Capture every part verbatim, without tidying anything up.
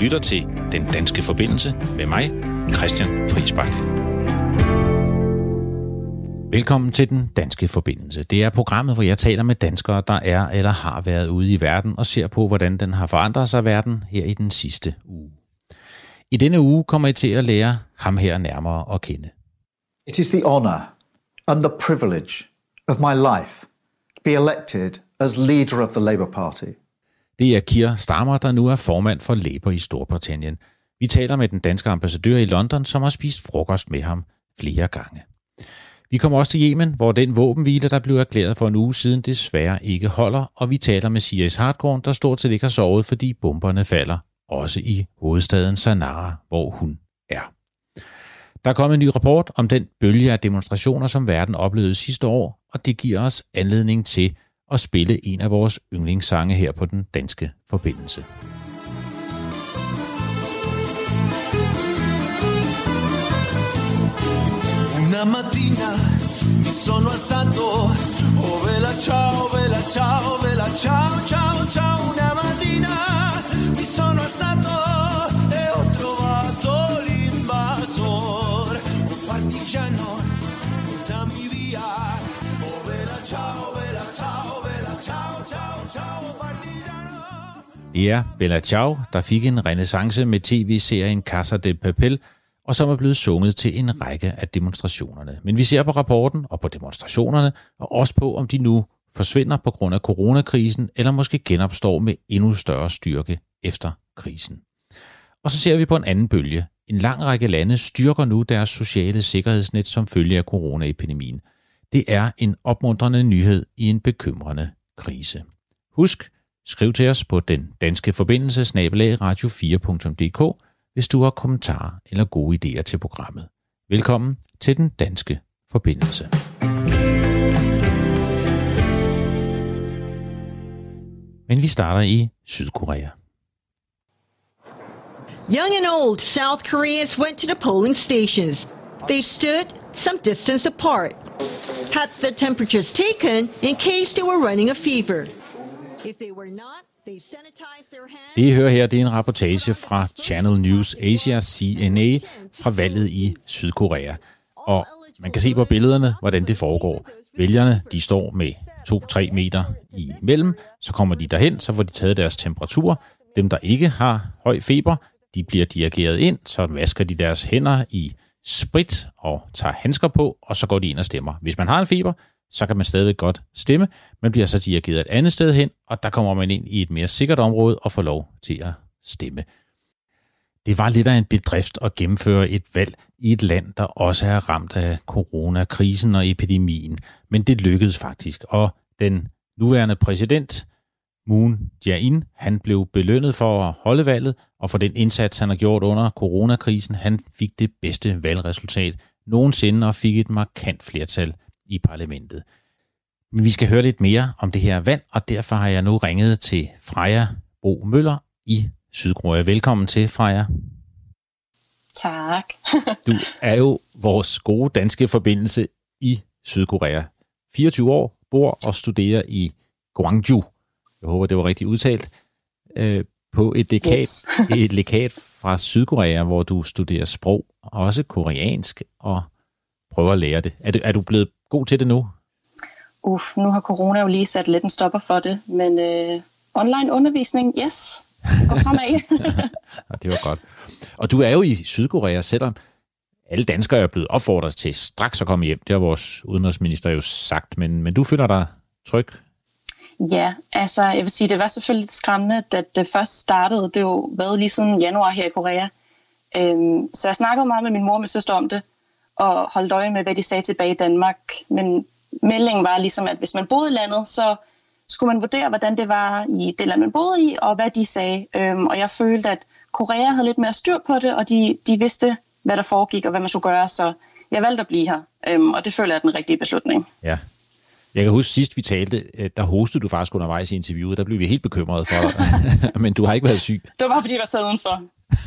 lytter til Den Danske Forbindelse med mig, Christian Friisbach. Velkommen til Den Danske Forbindelse. Det er programmet, hvor jeg taler med danskere, der er eller har været ude i verden, og ser på, hvordan den har forandret sig verden her i den sidste uge. I denne uge kommer I til at lære ham her nærmere at kende. It is the honor and the privilege of my life to be elected as leader of the Labour Party. Det er Keir Starmer, der nu er formand for Labour i Storbritannien. Vi taler med den danske ambassadør i London, som har spist frokost med ham flere gange. Vi kommer også til Yemen, hvor den våbenhvile, der blev erklæret for en uge siden, desværre ikke holder, og vi taler med Siris Hardkorn, der stort set ikke har sovet, fordi bomberne falder, også i hovedstaden Sanaa, hvor hun er. Der er kommet en ny rapport om den bølge af demonstrationer, som verden oplevede sidste år, og det giver os anledning til at spille en af vores yndlingssange her på Den Danske Forbindelse. Una mattina mi sono alzato, oh vela ciao, vela ciao, vela ciao, ciao, ciao. Una mattina mi sono alzato e ho trovato l'invasor, un partigiano, portami via, oh vela ciao, vela ciao, vela ciao, ciao, ciao, partigiano. Det er Bella Ciao, der fik en renæssance med tv-serien Casa de Papel, og som er blevet sunget til en række af demonstrationerne. Men vi ser på rapporten og på demonstrationerne, og også på, om de nu forsvinder på grund af coronakrisen, eller måske genopstår med endnu større styrke efter krisen. Og så ser vi på en anden bølge. En lang række lande styrker nu deres sociale sikkerhedsnet som følge af coronaepidemien. Det er en opmuntrende nyhed i en bekymrende krise. Husk, skriv til os på Den Danske Forbindelse snabel-a radio fire punktum d k, hvis du har kommentarer eller gode idéer til programmet. Velkommen til Den Danske Forbindelse. Men vi starter i Sydkorea. Young and old South Koreans went to the polling stations. They stood some distance apart, had their temperatures taken in case they were running a fever. If they were not, they sanitized their hands. Det I hører her, det er en rapportage fra Channel News Asia, C N A, fra valget i Sydkorea. Og man kan se på billederne, hvordan det foregår. Vælgerne, de står med to til tre meter imellem, så kommer de derhen, så får de taget deres temperatur. Dem, der ikke har høj feber, de bliver dirigeret ind, så vasker de deres hænder i sprit og tager handsker på, og så går de ind og stemmer. Hvis man har en feber, så kan man stadig godt stemme. Man bliver så dirigeret et andet sted hen, og der kommer man ind i et mere sikkert område og får lov til at stemme. Det var lidt af en bedrift at gennemføre et valg i et land, der også er ramt af coronakrisen og epidemien. Men det lykkedes faktisk, og den nuværende præsident, Moon Jae-in, han blev belønnet for at holde valget, og for den indsats, han har gjort under coronakrisen. Han fik det bedste valgresultat nogensinde og fik et markant flertal i parlamentet. Men vi skal høre lidt mere om det her valg, og derfor har jeg nu ringet til Freja Bo Møller i Sydkorea. Velkommen til, Freja. Tak. Du er jo vores gode danske forbindelse i Sydkorea. fireogtyve år, bor og studerer i Gwangju. Jeg håber, det var rigtigt udtalt. Øh, på et legat, yes. et legat fra Sydkorea, hvor du studerer sprog, også koreansk, og prøver at lære det. Er du, er du blevet god til det nu? Uff, nu har corona jo lige sat lidt en stopper for det, men øh, online undervisning, yes, det går fremad. Ja, det var godt. Og du er jo i Sydkorea, selvom alle danskere er blevet opfordret til straks at komme hjem. Det har vores udenrigsminister jo sagt, men, men du føler dig tryg? Ja, altså jeg vil sige, det var selvfølgelig lidt skræmmende, da det først startede. Det er jo været lige siden januar her i Korea. Øhm, så jeg snakkede meget med min mor og min søster om det, og holdt øje med, hvad de sagde tilbage i Danmark. Men meldingen var ligesom, at hvis man boede i landet, så skulle man vurdere, hvordan det var i det land, man boede i, og hvad de sagde. Øhm, og jeg følte, at Korea havde lidt mere styr på det, og de, de vidste, hvad der foregik, og hvad man skulle gøre. Så jeg valgte at blive her, øhm, og det føler jeg er den rigtige beslutning. Ja. Jeg kan huske, sidst vi talte, der hostede du faktisk undervejs i interviewet. Der blev vi helt bekymrede for dig. Men du har ikke været syg. Det var fordi, jeg sad udenfor.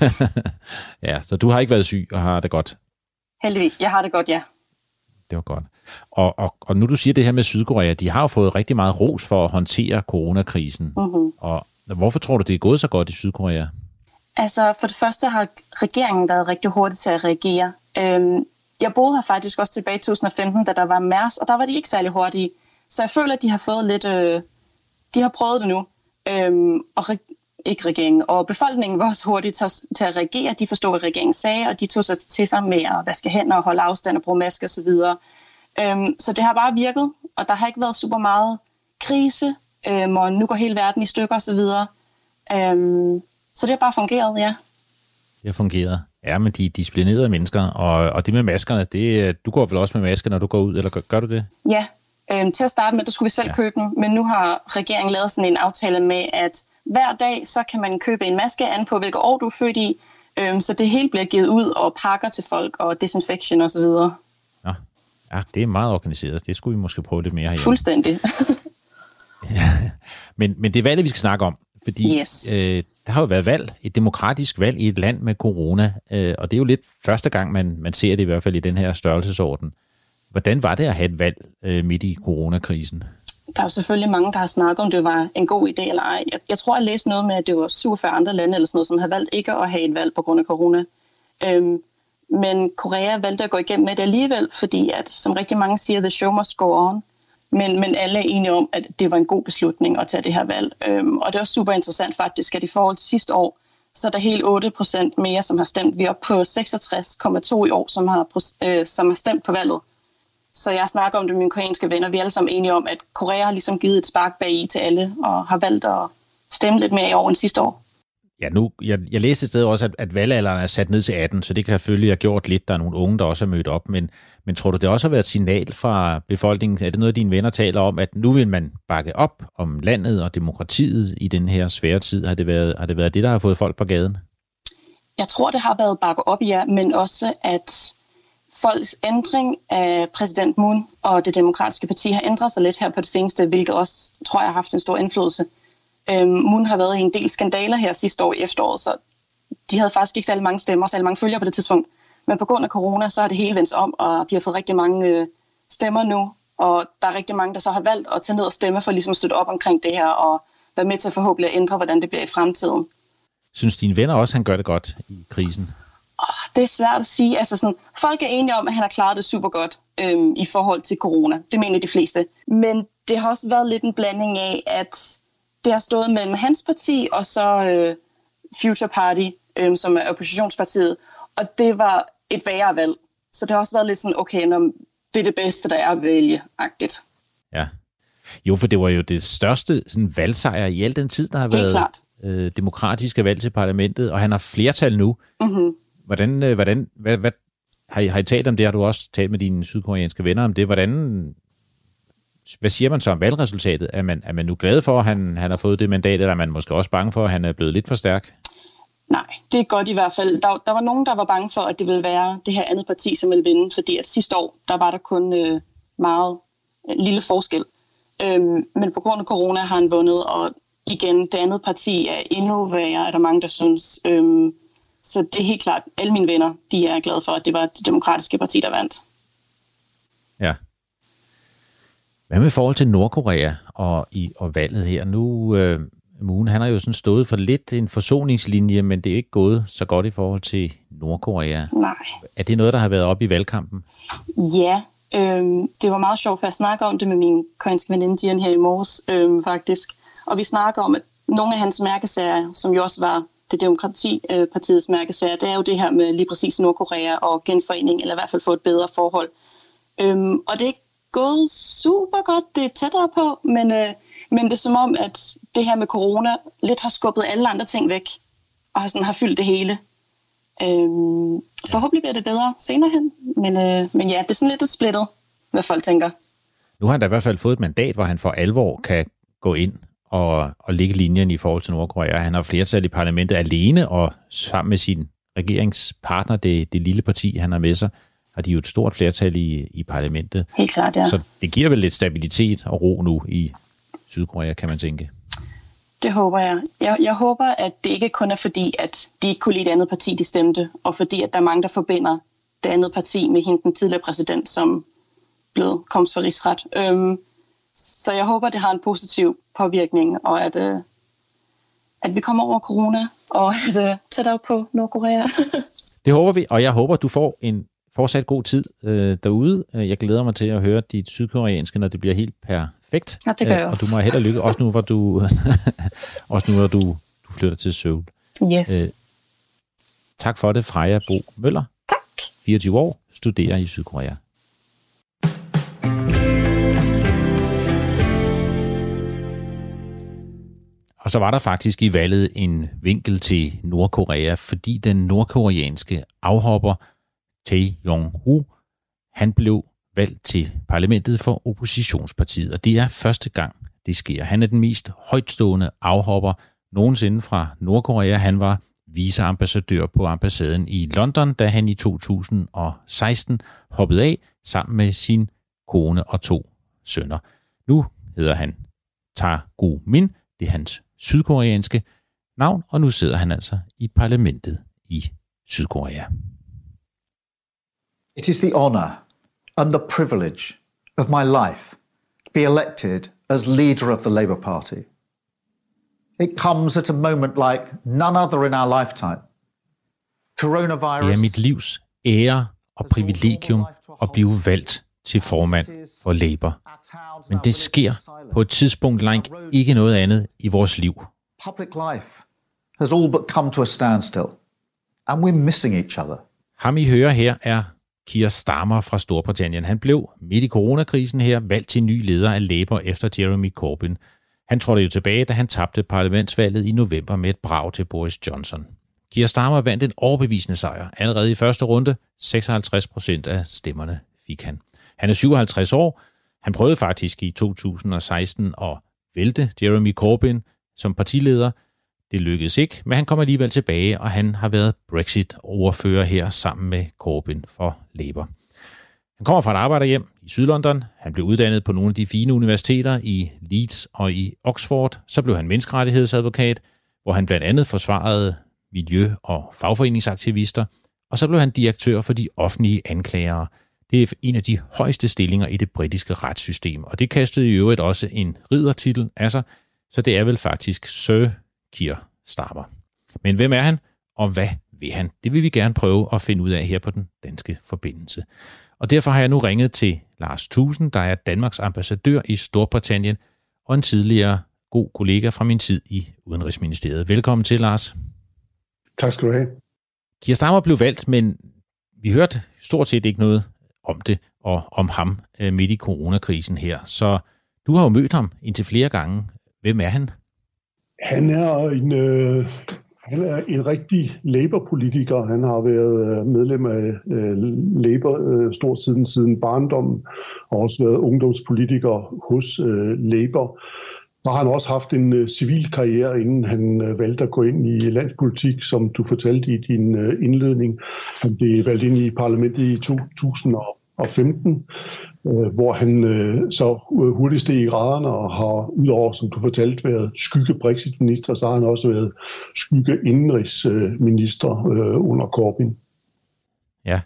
Ja, så du har ikke været syg og har det godt. Heldigvis. Jeg har det godt, ja. Det var godt. Og, og, og nu du siger det her med Sydkorea, de har jo fået rigtig meget ros for at håndtere coronakrisen. Mm-hmm. Og hvorfor tror du, det er gået så godt i Sydkorea? Altså, for det første har regeringen været rigtig hurtig til at reagere. Øhm, jeg boede her faktisk også tilbage i to tusind og femten, da der var MERS, og der var de ikke særlig hurtige. Så jeg føler, at de har fået lidt... Øh, de har prøvet det nu. Øhm, og re- ikke regeringen, og befolkningen var også hurtigt til, til at reagere. De forstod, hvad regeringen sagde, og de tog sig til sig med at vaske hænder og holde afstand og bruge masker osv. Øhm, så det har bare virket, og der har ikke været super meget krise, øhm, og nu går hele verden i stykker osv. Øhm, så det har bare fungeret, ja. Det har fungeret. Ja, men de disciplinerede mennesker, og, og det med maskerne, det, du går vel også med masker, når du går ud, eller gør, gør du det? Ja, øhm, til at starte med, der skulle vi selv ja. købe den, men nu har regeringen lavet sådan en aftale med, at hver dag, så kan man købe en maske an på, hvilket år du er født i, øhm, så det hele bliver givet ud og pakker til folk, og desinfektion osv. Ja. ja, det er meget organiseret. Det skulle vi måske prøve lidt mere herhjemme. Fuldstændig. ja. men, men det er valget, vi skal snakke om, fordi yes. øh, der har jo været valg, et demokratisk valg i et land med corona, øh, og det er jo lidt første gang, man, man ser det i hvert fald i den her størrelsesorden. Hvordan var det at have et valg øh, midt i coronakrisen? Der er jo selvfølgelig mange, der har snakket om, det var en god idé eller ej. Jeg, jeg tror, jeg læste noget med, at det var syvogfyrre andre lande, eller sådan noget, som havde valgt ikke at have et valg på grund af corona. Øhm, men Korea valgte at gå igennem med det alligevel, fordi at, som rigtig mange siger, the show must go on. Men, men alle er enige om, at det var en god beslutning at tage det her valg. Øhm, og det er også super interessant faktisk, at i forhold til sidste år, så er der helt otte procent mere, som har stemt. Vi er oppe på seksogtres komma to i år, som har, øh, som har stemt på valget. Så jeg snakker om det med mine koreanske venner. Vi er alle sammen enige om, at Korea har ligesom givet et spark bag i til alle, og har valgt at stemme lidt mere i år end sidste år. Ja, nu, jeg, jeg læste et sted også, at, at valgalderen er sat ned til atten, så det kan selvfølgelig have gjort lidt. Der er nogle unge, der også er mødt op. Men, men tror du, det også har været et signal fra befolkningen? Er det noget, dine venner taler om, at nu vil man bakke op om landet og demokratiet i den her svære tid? Har det været, har det, været det, der har fået folk på gaden? Jeg tror, det har været bakke op, ja, men også at folks ændring af præsident Moon og det demokratiske parti har ændret sig lidt her på det seneste, hvilket også, tror jeg, har haft en stor indflydelse. Øhm, Moon har været i en del skandaler her sidste år i efteråret, så de havde faktisk ikke særlig mange stemmer, særlig mange følgere på det tidspunkt. Men på grund af corona, så er det hele vendt om, og de har fået rigtig mange øh, stemmer nu, og der er rigtig mange, der så har valgt at tage ned og stemme for ligesom at støtte op omkring det her, og være med til forhåbentlig at ændre, hvordan det bliver i fremtiden. Synes dine venner også, han gør det godt i krisen? Oh, det er svært at sige. Altså sådan, folk er enige om, at han har klaret det super godt øhm, i forhold til corona. Det mener de fleste. Men det har også været lidt en blanding af, at det har stået mellem hans parti og så øh, Future Party, øh, som er oppositionspartiet. Og det var et værre valg. Så det har også været lidt sådan, okay, når det er det bedste, der er at vælge-agtigt. Ja. Jo, for det var jo det største sådan, valgsejr i al den tid, der har været øh, demokratiske valg til parlamentet, og han har flertal nu. Mm-hmm. Hvordan, øh, hvordan hvad, hvad, har, I, har I talt om det? Har du også talt med dine sydkoreanske venner om det? Hvordan, hvad siger man så om valgresultatet? Er man, er man nu glad for, at han, han har fået det mandat, eller er man måske også bange for, at han er blevet lidt for stærk? Nej, det er godt i hvert fald. Der, der var nogen, der var bange for, at det ville være det her andet parti, som ville vinde, fordi at sidste år, der var der kun øh, meget øh, lille forskel. Øhm, men på grund af corona har han vundet, og igen, det andet parti er endnu værre, er der mange, der synes. Øhm, så det er helt klart, alle mine venner, de er glade for, at det var det demokratiske parti, der vandt. Ja. Hvad med forhold til Nordkorea og, i, og valget her? Nu, øh, Moon, han har jo sådan stået for lidt en forsoningslinje, men det er ikke gået så godt i forhold til Nordkorea. Nej. Er det noget, der har været oppe i valgkampen? Ja, øhm, det var meget sjovt, for jeg snakker om det med min koreanske veninde Dian her i morges, øhm, faktisk. Og vi snakker om, at nogle af hans mærkesager, som jo også var det demokratipartiets mærkesager, det er jo det her med lige præcis Nordkorea og genforening, eller i hvert fald få et bedre forhold. Øhm, og det er ikke gået super godt, det er tættere på, men, øh, men det er som om, at det her med corona lidt har skubbet alle andre ting væk, og har, sådan, har fyldt det hele. Øhm, forhåbentlig bliver det bedre senere hen, men, øh, men ja, det er sådan lidt splittet, hvad folk tænker. Nu har han da i hvert fald fået et mandat, hvor han for alvor kan gå ind og, og lægge linjen i forhold til Nordkorea. Han har flertal i parlamentet alene, og sammen med sin regeringspartner, det, det lille parti, han har med sig, har de jo et stort flertal i, i parlamentet. Helt klart, ja. Så det giver vel lidt stabilitet og ro nu i Sydkorea, kan man tænke. Det håber jeg. jeg. Jeg håber, at det ikke kun er fordi, at de ikke kunne lide det andet parti, de stemte, og fordi, at der er mange, der forbinder det andet parti med hende, den tidligere præsident, som blev kommet for rigsret. Øhm, så jeg håber, det har en positiv påvirkning, og at, øh, at vi kommer over corona og er det tættere på Nordkorea. Det håber vi, og jeg håber, du får en fortsat god tid øh, derude. Jeg glæder mig til at høre dit sydkoreanske, når det bliver helt perfekt. Ja, det gør jeg også. Og du må have held og lykke, også nu, hvor du, også nu, hvor du, du flytter til Seoul. Ja. Øh, tak for det, Freja Bo Møller. Tak. fireogtyve år, studerer i Sydkorea. Og så var der faktisk i valget en vinkel til Nordkorea, fordi den nordkoreanske afhopper Tae Yong-ho, han blev valgt til parlamentet for oppositionspartiet, og det er første gang, det sker. Han er den mest højtstående afhopper nogensinde fra Nordkorea. Han var viceambassadør på ambassaden i London, da han i to tusind og seksten hoppede af sammen med sin kone og to sønner. Nu hedder han Tae Min, det er hans sydkoreanske navn, og nu sidder han altså i parlamentet i Sydkorea. It is the honor and the privilege of my life to be elected as leader of the Labour Party. It comes at a moment like none other in our lifetime. Coronavirus. Det er mit livs ære og privilegium at blive valgt til formand for Labour. Men det sker på et tidspunkt like ikke noget andet i vores liv. Public life has all but come to a standstill, and we're missing each other. Ham I hører her er Keir Starmer fra Storbritannien. Han blev midt i coronakrisen her valgt til ny leder af Labour efter Jeremy Corbyn. Han trådte jo tilbage, da han tabte parlamentsvalget i november med et brag til Boris Johnson. Keir Starmer vandt en overbevisende sejr. Allerede i første runde, seksoghalvtreds procent af stemmerne fik han. Han er syvoghalvtreds år. Han prøvede faktisk i to tusind og seksten at vælte Jeremy Corbyn som partileder. Det lykkedes ikke, men han kom alligevel tilbage, og han har været Brexit-ordfører her sammen med Corbyn for Labour. Han kommer fra et arbejderhjem i Sydlondon. Han blev uddannet på nogle af de fine universiteter i Leeds og i Oxford. Så blev han menneskerettighedsadvokat, hvor han blandt andet forsvarede miljø- og fagforeningsaktivister. Og så blev han direktør for de offentlige anklagere. Det er en af de højeste stillinger i det britiske retssystem, og det kastede i øvrigt også en riddertitel af sig, så det er vel faktisk Sir Keir Starmer. Men hvem er han, og hvad vil han? Det vil vi gerne prøve at finde ud af her på den danske forbindelse. Og derfor har jeg nu ringet til Lars Thusen, der er Danmarks ambassadør i Storbritannien, og en tidligere god kollega fra min tid i Udenrigsministeriet. Velkommen til, Lars. Tak skal du have. Keir Starmer blev valgt, men vi hørte stort set ikke noget om det og om ham midt i coronakrisen her. Så du har jo mødt ham indtil flere gange. Hvem er han? Han er en, øh, han er en rigtig Labour-politiker. Han har været medlem af øh, Labour øh, stort siden siden barndommen, og også været ungdomspolitiker hos øh, Labour. Så har han også haft en øh, civil karriere, inden han øh, valgte at gå ind i landspolitik, som du fortalte i din øh, indledning. Han blev valgt ind i parlamentet i to tusind og femten, øh, hvor han øh, så hurtigt steg i graderne og har udover, som du fortalte, været skygge-Brexit-minister, så har han også været skygge-indenrigsminister øh, under Corbyn. Ja.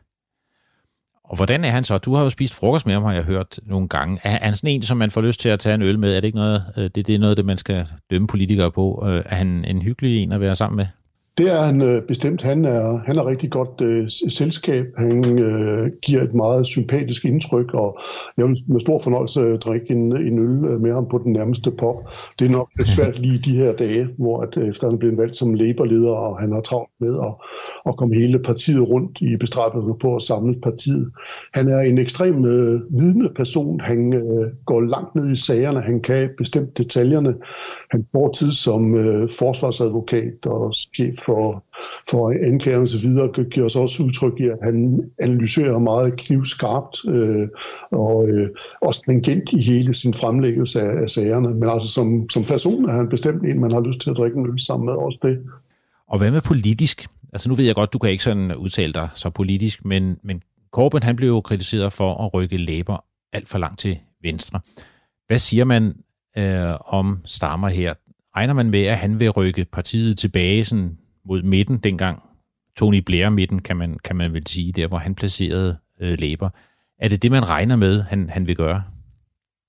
Og hvordan er han så? Du har jo spist frokost med ham, har jeg hørt nogle gange. Er han sådan en, som man får lyst til at tage en øl med? Er det ikke noget, det, det er noget, det man skal dømme politikere på? Er han en hyggelig en at være sammen med? Det er han øh, bestemt. Han er, han er rigtig godt øh, selskab. Han øh, giver et meget sympatisk indtryk, og jeg vil med stor fornøjelse drikke en, en øl med ham på den nærmeste pop. Det er nok svært lige de her dage, hvor at, efter han er blevet valgt som Labour-leder, og han har travlt med at, at komme hele partiet rundt i bestræbelser på at samle partiet. Han er en ekstrem øh, vidende person. Han øh, går langt ned i sagerne. Han kan bestemt detaljerne. Han får tid som øh, forsvarsadvokat og chef for, for anklager og så videre, giver os også udtryk i, at han analyserer meget knivskarpt øh, og øh, også stringent i hele sin fremlæggelse af, af sagerne. Men altså som, som person er han bestemt en, man har lyst til at drikke en øl sammen med, også det. Og hvad med politisk? Altså nu ved jeg godt, du kan ikke sådan udtale dig så politisk, men, men Corbyn, han blev jo kritiseret for at rykke Labour alt for langt til venstre. Hvad siger man øh, om Starmer her? Regner man med, at han vil rykke partiet tilbage sådan mod midten dengang? Tony Blair-midten, kan man, kan man vel sige, der hvor han placerede øh, Labour. Er det det, man regner med, han, han vil gøre?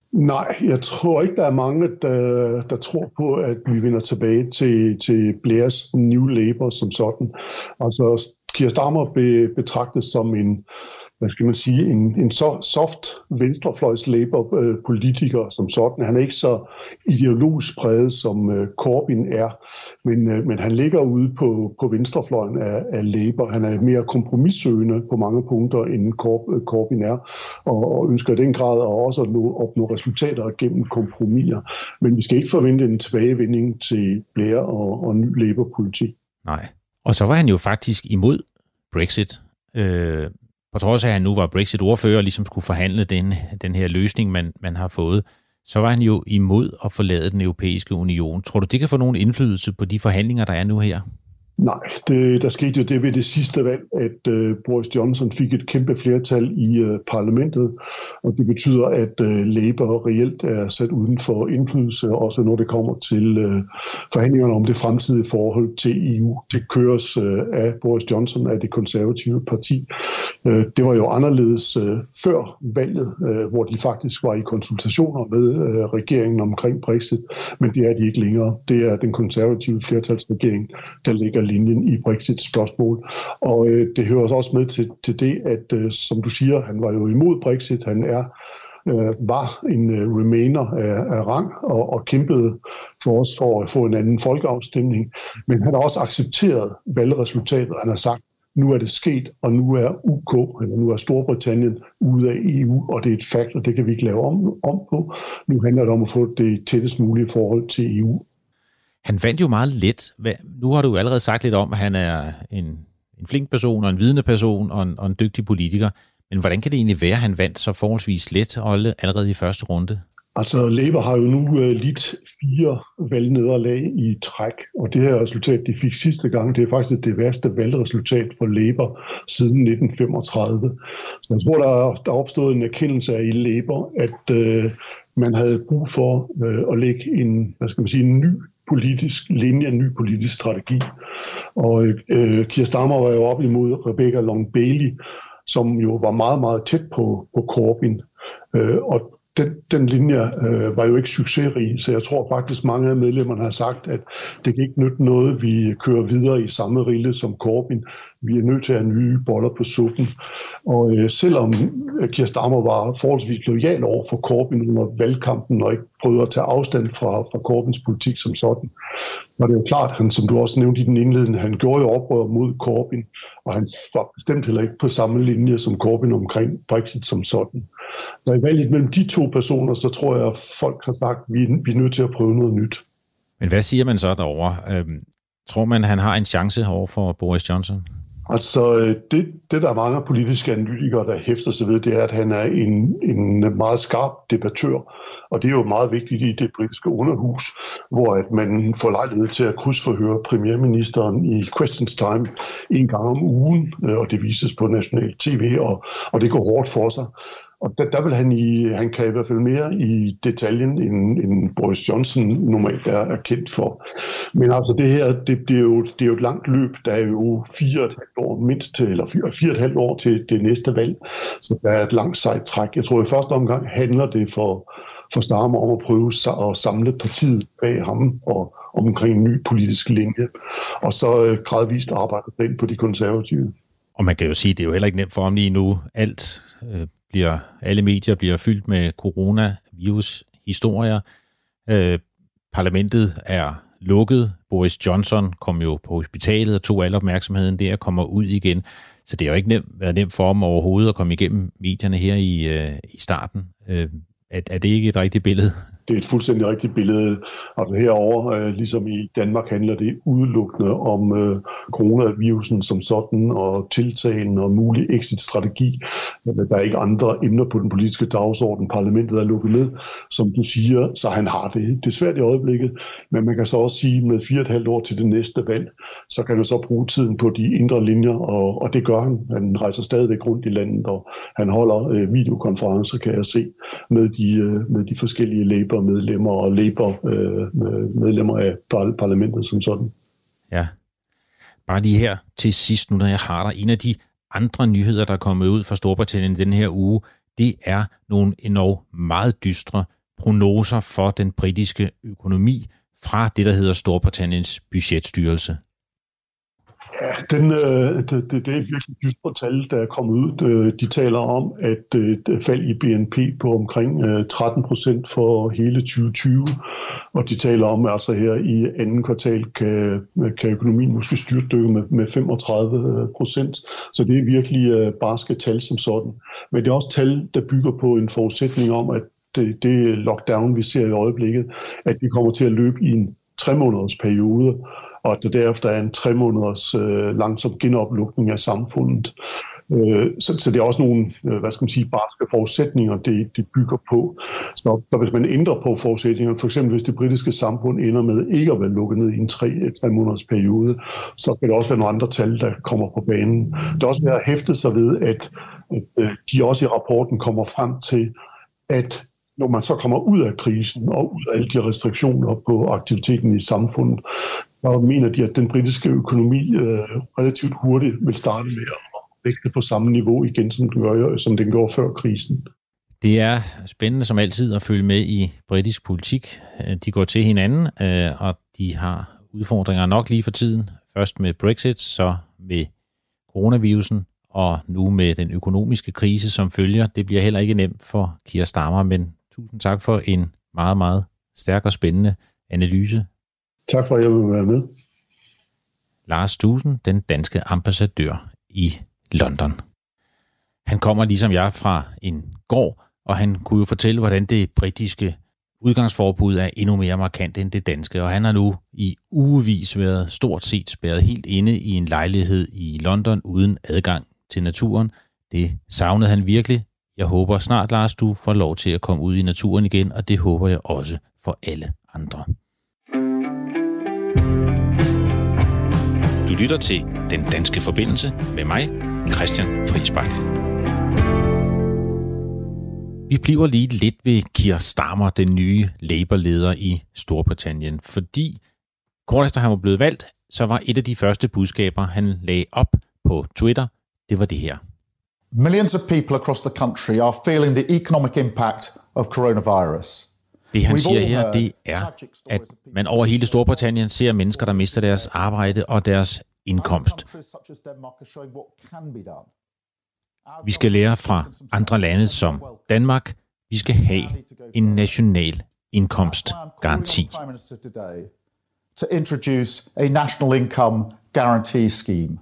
Nej, jeg tror ikke, der er mange, der, der tror på, at vi vender tilbage til, til Blairs New Labour som sådan. Altså, Keir Starmer be, betragtes som en, hvad skal man sige, en, en så soft venstrefløjs Labour-politiker som sådan. Han er ikke så ideologisk præget, som uh, Corbyn er, men, uh, men han ligger ude på, på venstrefløjen af, af Labour. Han er mere kompromissøgende på mange punkter, end Cor- Corbyn er, og, og ønsker i den grad at også at nå, opnå resultater gennem kompromiser. Men vi skal ikke forvente en tilbagevending til Blair og, og ny Labour-politik. Nej. Og så var han jo faktisk imod Brexit. Øh, på trods af, at han nu var Brexit-ordfører og ligesom skulle forhandle den, den her løsning, man, man har fået, så var han jo imod at forlade den europæiske union. Tror du, det kan få nogen indflydelse på de forhandlinger, der er nu her? Nej, det, der skete jo det ved det sidste valg, at uh, Boris Johnson fik et kæmpe flertal i uh, parlamentet, og det betyder, at uh, Labour reelt er sat uden for indflydelse, også når det kommer til uh, forhandlingerne om det fremtidige forhold til E U. Det køres uh, af Boris Johnson af det konservative parti. Uh, det var jo anderledes uh, før valget, uh, hvor de faktisk var i konsultationer med uh, regeringen omkring Brexit, men det er de ikke længere. Det er den konservative flertalsregering, der ligger linjen i Brexit-spørgsmål. Og øh, det hører også med til, til det, at øh, som du siger, han var jo imod Brexit. Han er øh, var en øh, remainer af, af rang og, og kæmpede for os for at få en anden folkeafstemning. Men han har også accepteret valgresultatet. Han har sagt, nu er det sket, og nu er U K, eller nu er Storbritannien ude af E U, og det er et fakt, og det kan vi ikke lave om, om på. Nu handler det om at få det tættest mulige forhold til E U. Han vandt jo meget let. Nu har du allerede sagt lidt om, at han er en, en flink person og en vidende person og en, og en dygtig politiker. Men hvordan kan det egentlig være, at han vandt så forholdsvis let allerede i første runde? Altså, Labour har jo nu uh, lidt fire valgnederlag i træk, og det her resultat, de fik sidste gang, det er faktisk det værste valgresultat for Labour siden nitten femogtredive. Så jeg tror, der, der er opstået en erkendelse af i Labour, at uh, man havde brug for uh, at lægge en, hvad skal man sige, en ny politisk linje, en ny politisk strategi. Og øh, Keir Starmer var jo op imod Rebecca Long Bailey, som jo var meget, meget tæt på, på Corbyn. Øh, og den, den linje øh, var jo ikke succesrig, så jeg tror faktisk, mange af medlemmerne har sagt, at det kan ikke nytte noget, vi kører videre i samme rille som Corbyn. Vi er nødt til at have nye boller på suppen. Og øh, selvom Keir Starmer var forholdsvis loyal over for Corbyn under valgkampen og ikke prøvede at tage afstand fra, fra Corbyns politik som sådan, var det jo klart, han, som du også nævnte i den indledende, han gjorde jo oprør mod Corbyn, og han var bestemt heller ikke på samme linje som Corbyn omkring Brexit som sådan. Så i valget mellem de to personer, så tror jeg, at folk har sagt, at vi, vi er nødt til at prøve noget nyt. Men hvad siger man så derovre? Øhm, tror man, han har en chance over for Boris Johnson? Altså, det, det der er mange politiske analytikere, der hæfter sig ved, det er, at han er en, en meget skarp debattør. Og det er jo meget vigtigt i det britiske underhus, hvor at man får lejlighed til at krydsforhøre premierministeren i Questions Time en gang om ugen, og det vises på national tv, og, og det går hårdt for sig. Og der, der vil han i, han kan i hvert fald mere i detaljen, end, end Boris Johnson normalt er, er kendt for. Men altså det her, det, det, er jo, det er jo et langt løb. Der er jo fire og et halvt år mindst til, eller fire, fire og et halvt år til det næste valg. Så der er et langt sejt træk. Jeg tror i første omgang handler det for, for Starmer om at prøve at samle partiet bag ham og omkring en ny politisk linje. Og så øh, gradvist arbejde ind på de konservative. Og man kan jo sige, det er jo heller ikke nemt for ham lige nu. Alt øh, bliver, alle medier bliver fyldt med coronavirus-historier. Øh, parlamentet er lukket. Boris Johnson kom jo på hospitalet og tog al opmærksomheden der og kommer ud igen. Så det er jo ikke nemt, været nemt for ham overhovedet at komme igennem medierne her i, øh, i starten. Øh, er, er det ikke et rigtigt billede? Det er et fuldstændig rigtigt billede. Altså herovre, øh, ligesom i Danmark, handler det udelukkende om øh, coronavirusen som sådan, og tiltagen og mulig exit-strategi. Der er ikke andre emner på den politiske dagsorden. Parlamentet er lukket ned, som du siger, så han har det. Det er svært i øjeblikket, men man kan så også sige, med fire og et halvt år til det næste valg, så kan du så bruge tiden på de indre linjer, og, og det gør han. Han rejser stadigvæk rundt i landet, og han holder øh, videokonferencer, kan jeg se, med de, øh, med de forskellige Labour medlemmer og Labour øh, medlemmer af parlamentet som sådan. Ja. Bare lige her til sidst, nu når jeg har der. En af de andre nyheder, der er kommet ud fra Storbritannien den her uge, det er nogle enormt meget dystre prognoser for den britiske økonomi fra det, der hedder Storbritanniens budgetstyrelse? Ja, den, øh, det, det er virkelig dystre tal, der er kommet ud. De taler om, at et fald i B N P på omkring tretten procent for hele tyve tyve, og de taler om, at altså her i anden kvartal kan, kan økonomien måske styrtdykke med, med femogtredive procent. Så det er virkelig barske tal som sådan. Men det er også tal, der bygger på en forudsætning om, at det, det lockdown, vi ser i øjeblikket, at det kommer til at løbe i en tre måneders periode, og at der derefter er en tre måneders øh, langsom genoplukning af samfundet. Øh, så, så det er også nogle, øh, hvad skal man sige, barske forudsætninger, det, det bygger på. Så, så hvis man ændrer på forudsætningerne, for eksempel hvis det britiske samfund ender med ikke at være lukket ned i en tre, tre måneders periode, så kan der også være nogle andre tal, der kommer på banen. Det er også ved at hæfte sig ved, at, at øh, de også i rapporten kommer frem til, at når man så kommer ud af krisen og ud af alle de restriktioner på aktiviteten i samfundet, så mener de, at den britiske økonomi øh, relativt hurtigt vil starte med at vækste på samme niveau igen, som den, gør, som den gjorde før krisen. Det er spændende som altid at følge med i britisk politik. De går til hinanden, og de har udfordringer nok lige for tiden. Først med Brexit, så med coronavirusen, og nu med den økonomiske krise, som følger. Det bliver heller ikke nemt for Keir Starmer, men tusind tak for en meget, meget stærk og spændende analyse. Tak for, at jeg vil være med. Lars Stusen, den danske ambassadør i London. Han kommer ligesom jeg fra en gård, og han kunne jo fortælle, hvordan det britiske udgangsforbud er endnu mere markant end det danske, og han har nu i ugevis været stort set spærret helt inde i en lejlighed i London uden adgang til naturen. Det savnede han virkelig. Jeg håber snart, Lars, du får lov til at komme ud i naturen igen, og det håber jeg også for alle andre. Du lytter til Den Danske Forbindelse med mig, Christian Friisbach. Vi bliver lige lidt ved Keir Starmer, den nye Labour-leder i Storbritannien, fordi kort efter han var blevet valgt, så var et af de første budskaber, han lagde op på Twitter, det var det her. Millions of people across the country are feeling the economic impact of coronavirus. Det han siger her, det er, at man over hele Storbritannien ser mennesker, der mister deres arbejde og deres indkomst. Vi skal lære fra andre lande som Danmark. Vi skal have en national indkomstgaranti. To introduce a national income guarantee scheme.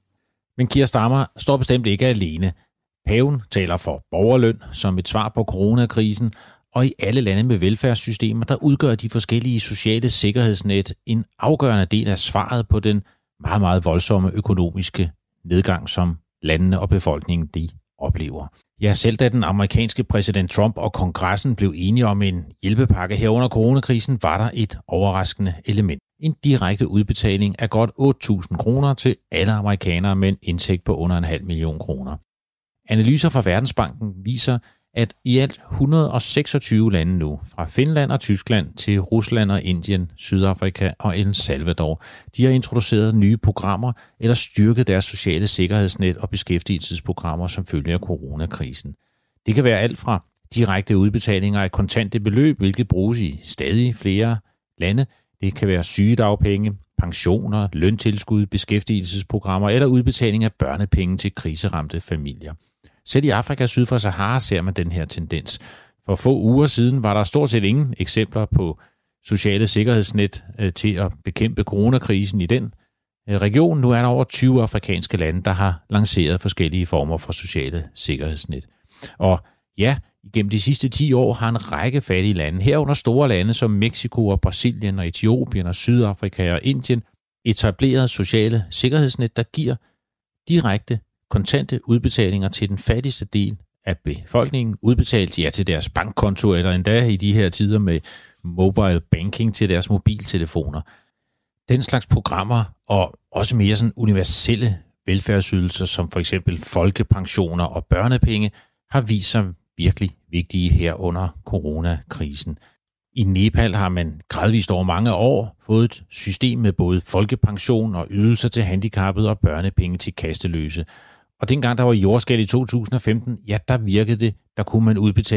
Men Keir Starmer står bestemt ikke alene. Paven taler for borgerløn som et svar på coronakrisen, og i alle lande med velfærdssystemer, der udgør de forskellige sociale sikkerhedsnet en afgørende del af svaret på den meget, meget voldsomme økonomiske nedgang, som landene og befolkningen de oplever. Ja, selv da den amerikanske præsident Trump og kongressen blev enige om en hjælpepakke her under coronakrisen, var der et overraskende element. En direkte udbetaling af godt otte tusind kroner til alle amerikanere med en indtægt på under en halv million kroner. Analyser fra Verdensbanken viser, at i alt et hundrede og seksogtyve lande nu, fra Finland og Tyskland til Rusland og Indien, Sydafrika og El Salvador, de har introduceret nye programmer eller styrket deres sociale sikkerhedsnet og beskæftigelsesprogrammer som følge af coronakrisen. Det kan være alt fra direkte udbetalinger af kontante beløb, hvilket bruges i stadig flere lande. Det kan være sygedagpenge, pensioner, løntilskud, beskæftigelsesprogrammer eller udbetaling af børnepenge til kriseramte familier. Selv i Afrika syd for Sahara ser man den her tendens. For få uger siden var der stort set ingen eksempler på sociale sikkerhedsnet til at bekæmpe coronakrisen i den region. Nu er der over tyve afrikanske lande, der har lanceret forskellige former for sociale sikkerhedsnet. Og ja, igennem de sidste ti år har en række fattige lande, herunder store lande som Mexico og Brasilien og Etiopien og Sydafrika og Indien, etableret sociale sikkerhedsnet, der giver direkte kontante udbetalinger til den fattigste del af befolkningen, udbetalt ja til deres bankkonto, eller endda i de her tider med mobile banking til deres mobiltelefoner. Den slags programmer og også mere sådan universelle velfærdsydelser, som for eksempel folkepensioner og børnepenge, har vist sig virkelig vigtige her under coronakrisen. I Nepal har man gradvist over mange år fået et system med både folkepension og ydelser til handicappede og børnepenge til kasteløse. Og dengang der var jordskælv i to tusind og femten, ja, der virkede det. Der kunne man udbetale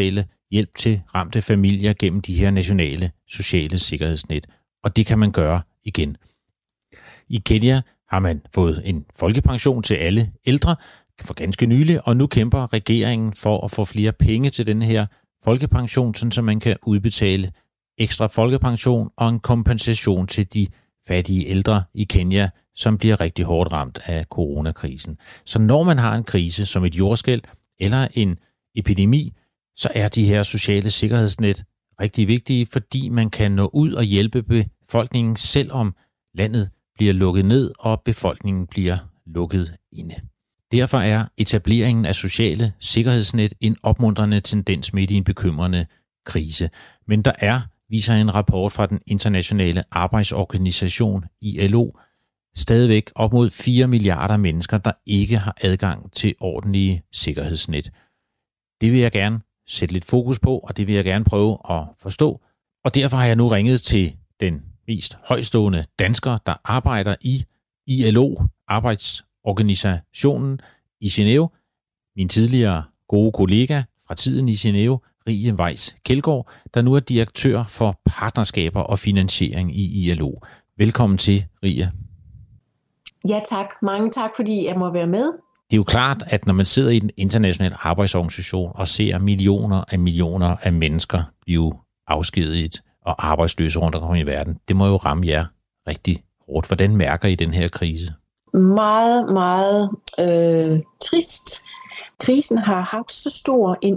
hjælp til ramte familier gennem de her nationale sociale sikkerhedsnet. Og det kan man gøre igen. I Kenya har man fået en folkepension til alle ældre for ganske nylig, og nu kæmper regeringen for at få flere penge til den her folkepension, sådan så man kan udbetale ekstra folkepension og en kompensation til de fattige ældre i Kenya, som bliver rigtig hårdt ramt af coronakrisen. Så når man har en krise som et jordskælv eller en epidemi, så er de her sociale sikkerhedsnet rigtig vigtige, fordi man kan nå ud og hjælpe befolkningen, selvom landet bliver lukket ned, og befolkningen bliver lukket inde. Derfor er etableringen af sociale sikkerhedsnet en opmuntrende tendens midt i en bekymrende krise. Men der er, viser en rapport fra den internationale arbejdsorganisation I L O, stadigvæk op mod fire milliarder mennesker, der ikke har adgang til ordentlige sikkerhedsnet. Det vil jeg gerne sætte lidt fokus på, og det vil jeg gerne prøve at forstå. Og derfor har jeg nu ringet til den mest højstående dansker, der arbejder i I L O, arbejdsorganisationen i Genève. Min tidligere gode kollega fra tiden i Genève, Rie Weiss Kjeldgaard, der nu er direktør for partnerskaber og finansiering i I L O. Velkommen til, Rie. Ja tak. Mange tak, fordi jeg må være med. Det er jo klart, at når man sidder i den internationale arbejdsorganisation og ser millioner af millioner af mennesker blive afskediget og arbejdsløse rundt omkring i verden, det må jo ramme jer rigtig hårdt. Hvordan mærker I den her krise? Meget, meget øh, trist. Krisen har haft så stor en,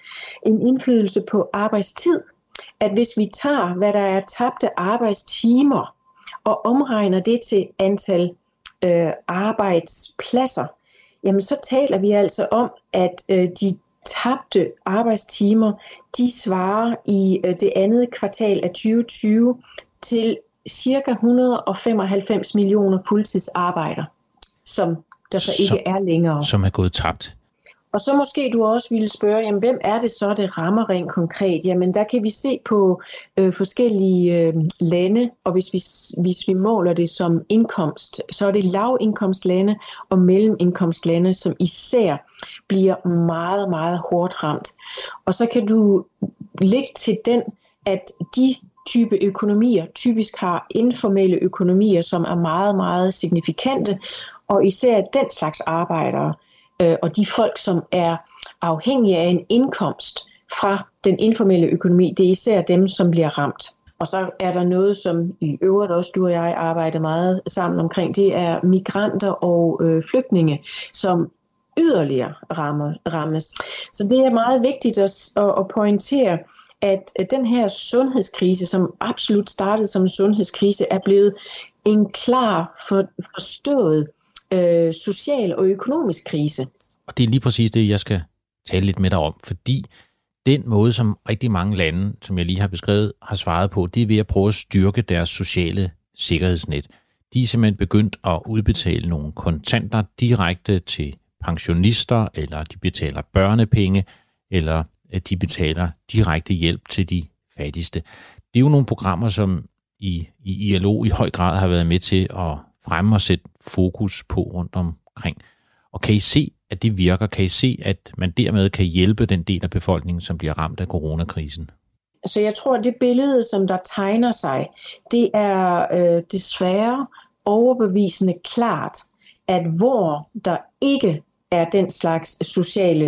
en indflydelse på arbejdstid, at hvis vi tager, hvad der er tabte arbejdstimer, og omregner det til antal øh, arbejdspladser, jamen så taler vi altså om, at øh, de tabte arbejdstimer, de svarer i øh, det andet kvartal af tyve tyve til cirka et hundrede og femoghalvfems millioner fuldtidsarbejdere, som der så ikke som, er længere. Som er gået tabt. Og så måske du også ville spørge, jamen, hvem er det så, det rammer rent konkret? Jamen der kan vi se på øh, forskellige øh, lande, og hvis vi, hvis vi måler det som indkomst, så er det lavindkomstlande og mellemindkomstlande, som især bliver meget, meget hårdt ramt. Og så kan du lægge til den, at de type økonomier typisk har informelle økonomier, som er meget, meget signifikante, og især den slags arbejdere, og de folk, som er afhængige af en indkomst fra den informelle økonomi, det er især dem, som bliver ramt. Og så er der noget, som i øvrigt også du og jeg arbejder meget sammen omkring, det er migranter og øh, flygtninge, som yderligere rammer, rammes. Så det er meget vigtigt at, at pointere, at den her sundhedskrise, som absolut startede som en sundhedskrise, er blevet en klar for, forstået øh, social og økonomisk krise. Og det er lige præcis det, jeg skal tale lidt med dig om, fordi den måde, som rigtig mange lande, som jeg lige har beskrevet, har svaret på, det er ved at prøve at styrke deres sociale sikkerhedsnet. De er simpelthen begyndt at udbetale nogle kontanter direkte til pensionister, eller de betaler børnepenge, eller de betaler direkte hjælp til de fattigste. Det er jo nogle programmer, som i, i I L O i høj grad har været med til at fremme og sætte fokus på rundt omkring. Og kan I se, at det virker? Kan I se, at man dermed kan hjælpe den del af befolkningen, som bliver ramt af coronakrisen? Så jeg tror, at det billede, som der tegner sig, det er øh, desværre overbevisende klart, at hvor der ikke er den slags sociale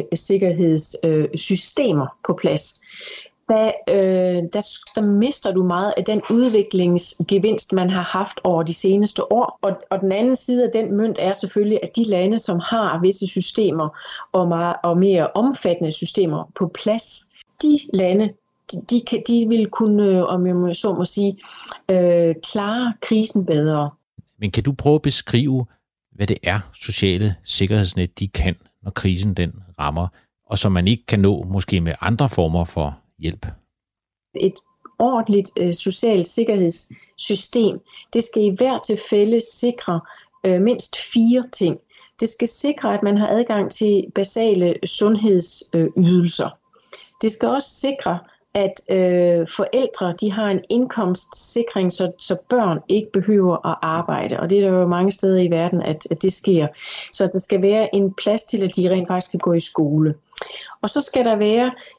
sikkerhedssystemer øh, på plads, der, øh, der, der mister du meget af den udviklingsgevinst, man har haft over de seneste år. Og, og den anden side af den mønt er selvfølgelig, at de lande, som har visse systemer og, meget, og mere omfattende systemer på plads, de lande, de, de, kan, de vil kunne, om jeg så må sige, øh, klare krisen bedre. Men kan du prøve at beskrive, hvad det er, sociale sikkerhedsnet de kan, når krisen den rammer, og som man ikke kan nå måske med andre former for hjælp? Et ordentligt øh, socialt sikkerhedssystem, det skal i hvert tilfælde sikre øh, mindst fire ting. Det skal sikre, at man har adgang til basale sundhedsydelser. Øh, det skal også sikre, at øh, forældre de har en indkomstsikring, så, så børn ikke behøver at arbejde. Og det er der jo mange steder i verden, at, at det sker. Så der skal være en plads til, at de rent faktisk kan gå i skole. Og så skal der være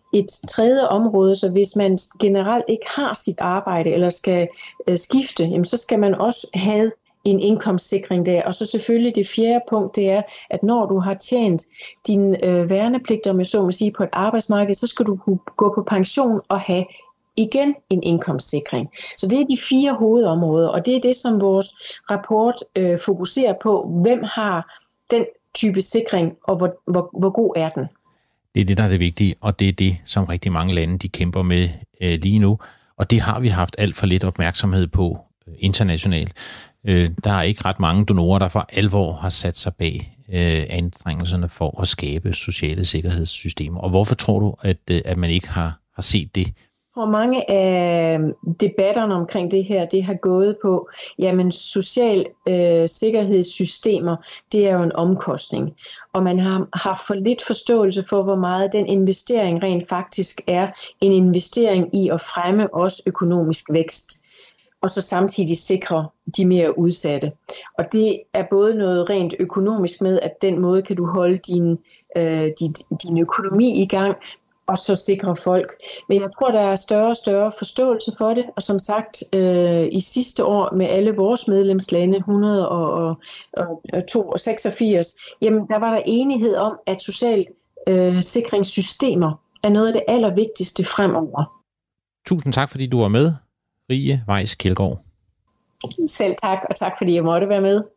et tredje område, så hvis man generelt ikke har sit arbejde eller skal øh, skifte, jamen, så skal man også have en indkomstsikring der. Og så selvfølgelig det fjerde punkt, det er, at når du har tjent dine øh, værnepligter, med så må sige, på et arbejdsmarked, så skal du kunne gå på pension og have igen en indkomstsikring. Så det er de fire hovedområder, og det er det, som vores rapport øh, fokuserer på. Hvem har den type sikring, og hvor, hvor, hvor god er den? Det er det, der er det vigtige, og det er det, som rigtig mange lande de kæmper med øh, lige nu. Og det har vi haft alt for lidt opmærksomhed på øh, internationalt. Øh, der er ikke ret mange donorer, der for alvor har sat sig bag øh, anstrengelserne for at skabe sociale sikkerhedssystemer. Og hvorfor tror du, at, øh, at man ikke har, har set det? Og mange af debatterne omkring det her, det har gået på, jamen social øh, sikkerhedssystemer, det er jo en omkostning. Og man har haft for lidt forståelse for, hvor meget den investering rent faktisk er en investering i at fremme også økonomisk vækst. Og så samtidig sikre de mere udsatte. Og det er både noget rent økonomisk med, at den måde kan du holde din, øh, din, din økonomi i gang, og så sikre folk. Men jeg tror, der er større og større forståelse for det, og som sagt, øh, i sidste år med alle vores medlemslande, et hundrede og seksogfirs, jamen der var der enighed om, at social øh, sikringssystemer er noget af det allervigtigste fremover. Tusind tak, fordi du var med, Rie Weiss Kjeldgaard. Selv tak, og tak fordi jeg måtte være med.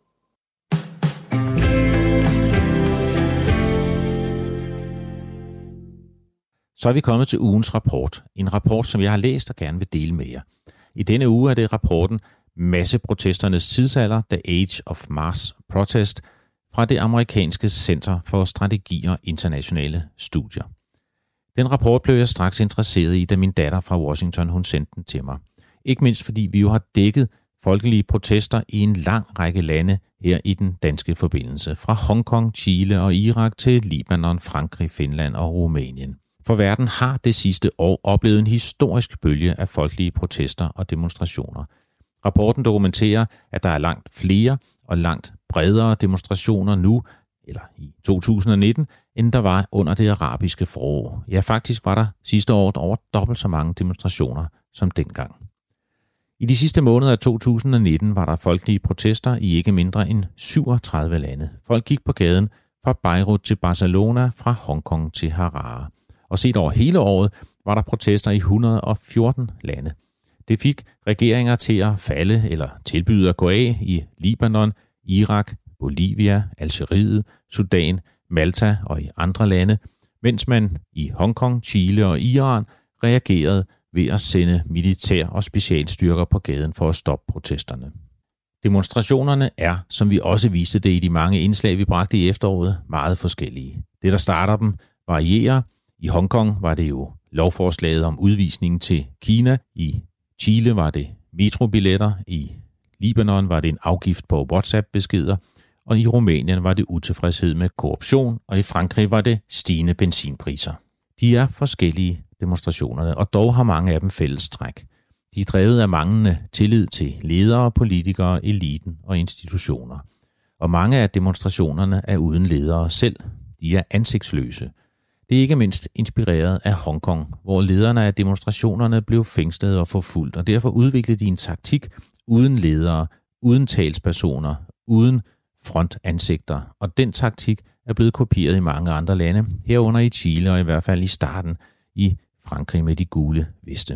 Så er vi kommet til ugens rapport. En rapport, som jeg har læst og gerne vil dele med jer. I denne uge er det rapporten Masseprotesternes tidsalder, The Age of Mass Protest, fra det amerikanske Center for Strategi og Internationale Studier. Den rapport blev jeg straks interesseret i, da min datter fra Washington hun sendte den til mig. Ikke mindst fordi vi jo har dækket folkelige protester i en lang række lande her i den danske forbindelse. Fra Hongkong, Chile og Irak til Libanon, Frankrig, Finland og Rumænien. For verden har det sidste år oplevet en historisk bølge af folkelige protester og demonstrationer. Rapporten dokumenterer, at der er langt flere og langt bredere demonstrationer nu, eller i to tusind og nitten, end der var under det arabiske forår. Ja, faktisk var der sidste år over dobbelt så mange demonstrationer som dengang. I de sidste måneder af to tusind og nitten var der folkelige protester i ikke mindre end syvogtredive lande. Folk gik på gaden fra Beirut til Barcelona, fra Hongkong til Harare. Og set over hele året var der protester i et hundrede og fjorten lande. Det fik regeringer til at falde eller tilbyde at gå af i Libanon, Irak, Bolivia, Algeriet, Sudan, Malta og i andre lande, mens man i Hongkong, Chile og Iran reagerede ved at sende militær og specialstyrker på gaden for at stoppe protesterne. Demonstrationerne er, som vi også viste det i de mange indslag, vi bragte i efteråret, meget forskellige. Det, der starter dem, varierer. I Hongkong var det jo lovforslaget om udvisning til Kina. I Chile var det metrobilletter. I Libanon var det en afgift på WhatsApp-beskeder. Og i Rumænien var det utilfredshed med korruption. Og i Frankrig var det stigende benzinpriser. De er forskellige demonstrationerne, og dog har mange af dem fælles træk. De er drevet af manglende tillid til ledere, politikere, eliten og institutioner. Og mange af demonstrationerne er uden ledere selv. De er ansigtsløse. Det er ikke mindst inspireret af Hongkong, hvor lederne af demonstrationerne blev fængslet og forfulgt, og derfor udviklede de en taktik uden ledere, uden talspersoner, uden frontansigter. Og den taktik er blevet kopieret i mange andre lande, herunder i Chile og i hvert fald i starten i Frankrig med de gule veste.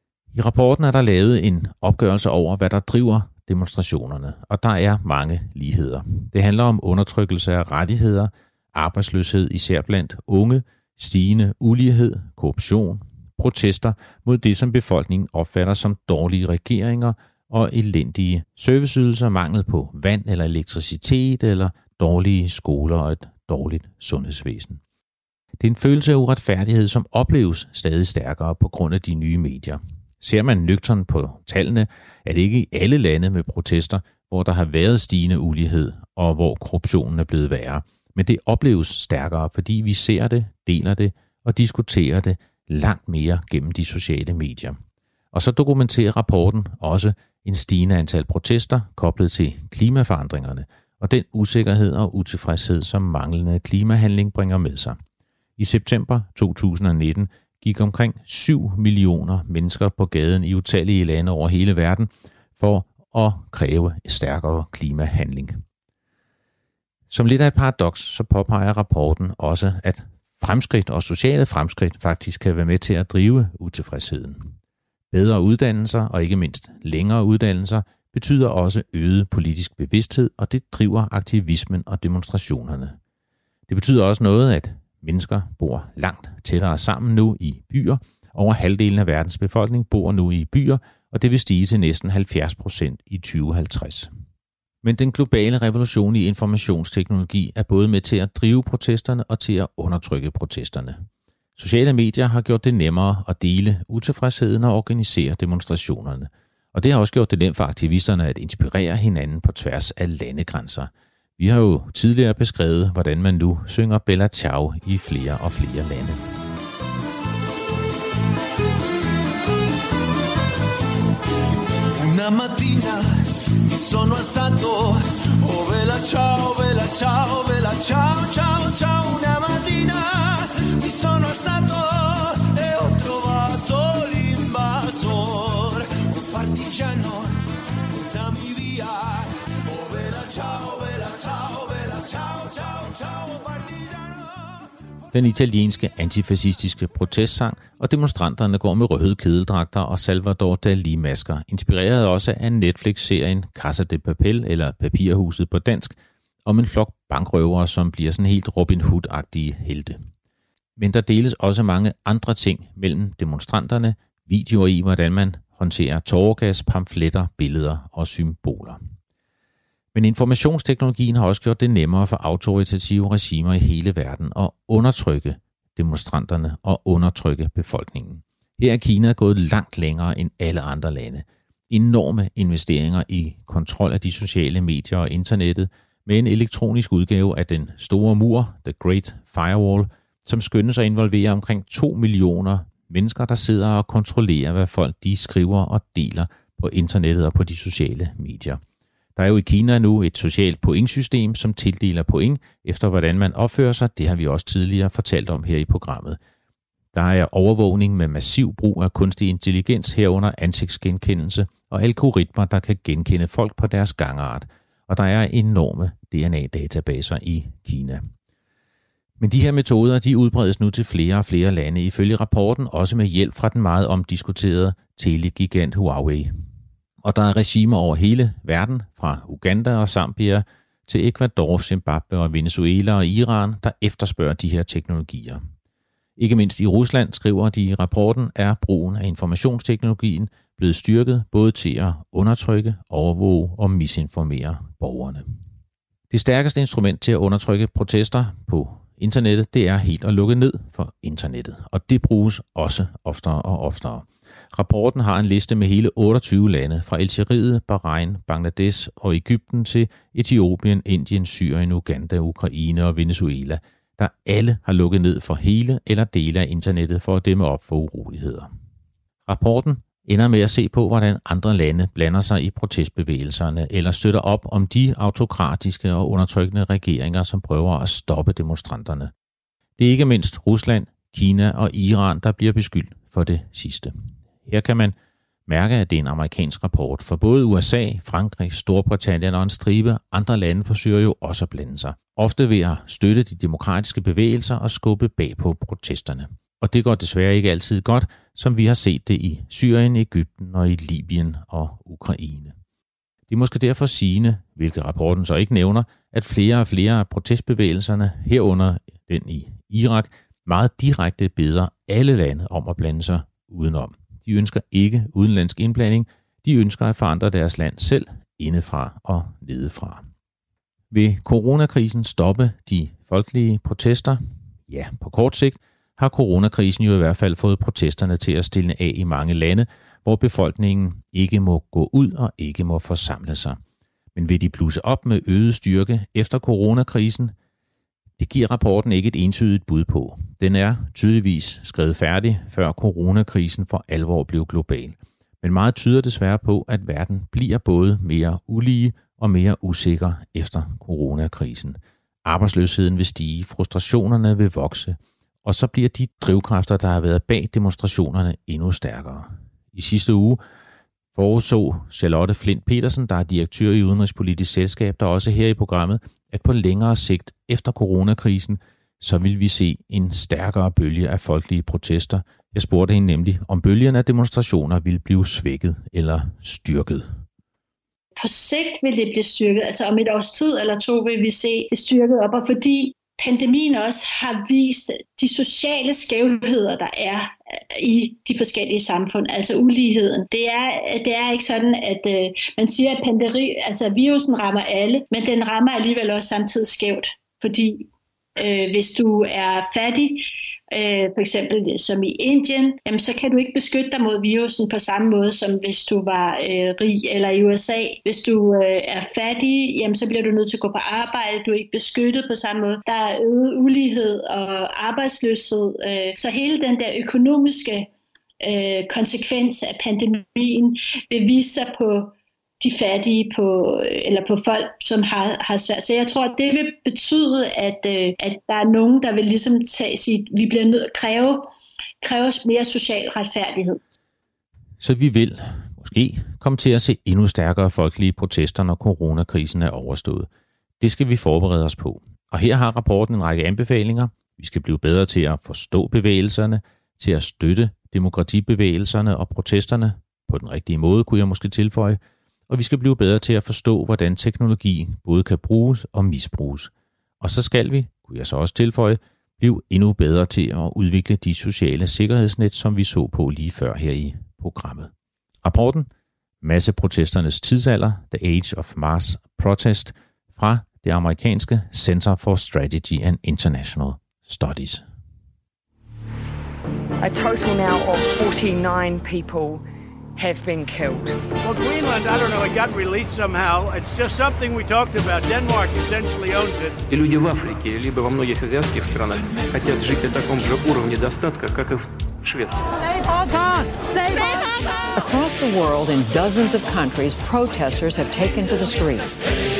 I rapporten er der lavet en opgørelse over, hvad der driver demonstrationerne, og der er mange ligheder. Det handler om undertrykkelse af rettigheder, arbejdsløshed især blandt unge, stigende ulighed, korruption, protester mod det, som befolkningen opfatter som dårlige regeringer og elendige serviceydelser, mangel på vand eller elektricitet eller dårlige skoler og et dårligt sundhedsvæsen. Det er en følelse af uretfærdighed, som opleves stadig stærkere på grund af de nye medier. Ser man nøgternt på tallene, er det ikke i alle lande med protester, hvor der har været stigende ulighed og hvor korruptionen er blevet værre. Men det opleves stærkere, fordi vi ser det, deler det og diskuterer det langt mere gennem de sociale medier. Og så dokumenterer rapporten også en stigende antal protester koblet til klimaforandringerne og den usikkerhed og utilfredshed, som manglende klimahandling bringer med sig. I september to tusind og nitten gik omkring syv millioner mennesker på gaden i utallige lande over hele verden for at kræve stærkere klimahandling. Som lidt af et paradoks, så påpeger rapporten også, at fremskridt og sociale fremskridt faktisk kan være med til at drive utilfredsheden. Bedre uddannelser og ikke mindst længere uddannelser betyder også øget politisk bevidsthed, og det driver aktivismen og demonstrationerne. Det betyder også noget, at mennesker bor langt tættere sammen nu i byer. Over halvdelen af verdens befolkning bor nu i byer, og det vil stige til næsten halvfjerds procent i tyve halvtreds. Men den globale revolution i informationsteknologi er både med til at drive protesterne og til at undertrykke protesterne. Sociale medier har gjort det nemmere at dele utilfredsheden og organisere demonstrationerne. Og det har også gjort det nemt for aktivisterne at inspirere hinanden på tværs af landegrænser. Vi har jo tidligere beskrevet, hvordan man nu synger Bella Ciao i flere og flere lande. Una mattina mi sono alzato, oh bella ciao, bella ciao, bella ciao, ciao, ciao. Una mattina mi sono alzato e ho trovato l'invasor, un partigiano, portami via, oh bella ciao, bella ciao, bella ciao, ciao, ciao, partigiano. Den italienske antifascistiske protestsang, og demonstranterne går med røde kedeldragter og Salvador Dalí-masker, inspireret også af Netflix-serien Casa de Papel, eller Papirhuset på dansk, om en flok bankrøvere, som bliver sådan helt Robin Hood-agtige helte. Men der deles også mange andre ting mellem demonstranterne, videoer i, hvordan man håndterer tåregas, pamfletter, billeder og symboler. Men informationsteknologien har også gjort det nemmere for autoritative regimer i hele verden at undertrykke demonstranterne og undertrykke befolkningen. Her er Kina gået langt længere end alle andre lande. Enorme investeringer i kontrol af de sociale medier og internettet med en elektronisk udgave af den store mur, The Great Firewall, som skønnes at involvere omkring to millioner mennesker, der sidder og kontrollerer, hvad folk de skriver og deler på internettet og på de sociale medier. Der er jo i Kina nu et socialt pointsystem, som tildeler point efter, hvordan man opfører sig. Det har vi også tidligere fortalt om her i programmet. Der er overvågning med massiv brug af kunstig intelligens herunder ansigtsgenkendelse og algoritmer, der kan genkende folk på deres gangart. Og der er enorme D N A-databaser i Kina. Men de her metoder, de udbredes nu til flere og flere lande, ifølge rapporten også med hjælp fra den meget omdiskuterede telegigant Huawei. Og der er regimer over hele verden, fra Uganda og Zambia til Ecuador, Zimbabwe og Venezuela og Iran, der efterspørger de her teknologier. Ikke mindst i Rusland, skriver de i rapporten, er brugen af informationsteknologien blevet styrket både til at undertrykke, overvåge og misinformere borgerne. Det stærkeste instrument til at undertrykke protester på internettet, det er helt at lukke ned for internettet, og det bruges også oftere og oftere. Rapporten har en liste med hele otteogtyve lande, fra Algeriet, Bahrain, Bangladesh og Egypten til Etiopien, Indien, Syrien, Uganda, Ukraine og Venezuela, der alle har lukket ned for hele eller dele af internettet for at dæmme op for uroligheder. Rapporten ender med at se på, hvordan andre lande blander sig i protestbevægelserne eller støtter op om de autokratiske og undertrykkende regeringer, som prøver at stoppe demonstranterne. Det er ikke mindst Rusland, Kina og Iran, der bliver beskyldt for det sidste. Her kan man mærke, at det er en amerikansk rapport, for både U S A, Frankrig, Storbritannien og en stribe andre lande forsøger jo også at blande sig. Ofte ved at støtte de demokratiske bevægelser og skubbe bag på protesterne. Og det går desværre ikke altid godt, som vi har set det i Syrien, Egypten og i Libyen og Ukraine. Det er måske derfor sigende, hvilket rapporten så ikke nævner, at flere og flere af protestbevægelserne, herunder den i Irak, meget direkte beder alle lande om at blande sig udenom. De ønsker ikke udenlandsk indblanding, de ønsker at forandre deres land selv, indefra og nedefra. Vil coronakrisen stoppe de folkelige protester? Ja, på kort sigt har coronakrisen jo i hvert fald fået protesterne til at stille af i mange lande, hvor befolkningen ikke må gå ud og ikke må forsamle sig. Men vil de blusse op med øget styrke efter coronakrisen? Det giver rapporten ikke et entydigt bud på. Den er tydeligvis skrevet færdig, før coronakrisen for alvor blev global. Men meget tyder desværre på, at verden bliver både mere ulige og mere usikker efter coronakrisen. Arbejdsløsheden vil stige, frustrationerne vil vokse, og så bliver de drivkræfter, der har været bag demonstrationerne, endnu stærkere. I sidste uge forudså Charlotte Flint Petersen, der er direktør i Udenrigspolitisk Selskab, der også her i programmet, at på længere sigt efter coronakrisen, så vil vi se en stærkere bølge af folkelige protester. Jeg spurgte hende nemlig, om bølgen af demonstrationer ville blive svækket eller styrket. På sigt vil det blive styrket, altså om et års tid eller to vil vi se det styrket op, og fordi pandemien også har vist de sociale skævheder, der er i de forskellige samfund, altså uligheden. Det er, det er ikke sådan, at øh, man siger, at pandemi, altså virusen rammer alle, men den rammer alligevel også samtidig skævt, fordi øh, hvis du er fattig, øh, for eksempel som i Indien, jamen, så kan du ikke beskytte dig mod virusen på samme måde, som hvis du var øh, rig, eller i U S A. Hvis du øh, er fattig, jamen, så bliver du nødt til at gå på arbejde, du er ikke beskyttet på samme måde. Der er øget ulighed og arbejdsløshed, øh, så hele den der økonomiske øh, konsekvens af pandemien vil vise sig på de fattige, på, eller på folk, som har, har svært. Så jeg tror, at det vil betyde, at, øh, at der er nogen, der vil ligesom tage sig, vi bliver nødt at kræve, kræve mere social retfærdighed. Så vi vil måske komme til at se endnu stærkere folkelige protester, når coronakrisen er overstået. Det skal vi forberede os på. Og her har rapporten en række anbefalinger. Vi skal blive bedre til at forstå bevægelserne, til at støtte demokratibevægelserne og protesterne på den rigtige måde, kunne jeg måske tilføje. Og vi skal blive bedre til at forstå, hvordan teknologi både kan bruges og misbruges. Og så skal vi, kunne jeg så også tilføje, blive endnu bedre til at udvikle de sociale sikkerhedsnet, som vi så på lige før her i programmet. Rapporten, Masseprotesternes tidsalder, The Age of Mass Protest, fra det amerikanske Center for Strategy and International Studies. A total now of forty-nine people have been killed. Well, Greenland, I don't know, it got released somehow. It's just something we talked about. Denmark essentially owns it. И люди в Африке, либо во многих азиатских странах хотят жить на таком же уровне достатка, как и в Швеции. Save Hong Kong! Save Hong Kong! Across the world, in dozens of countries, protesters have taken to the streets.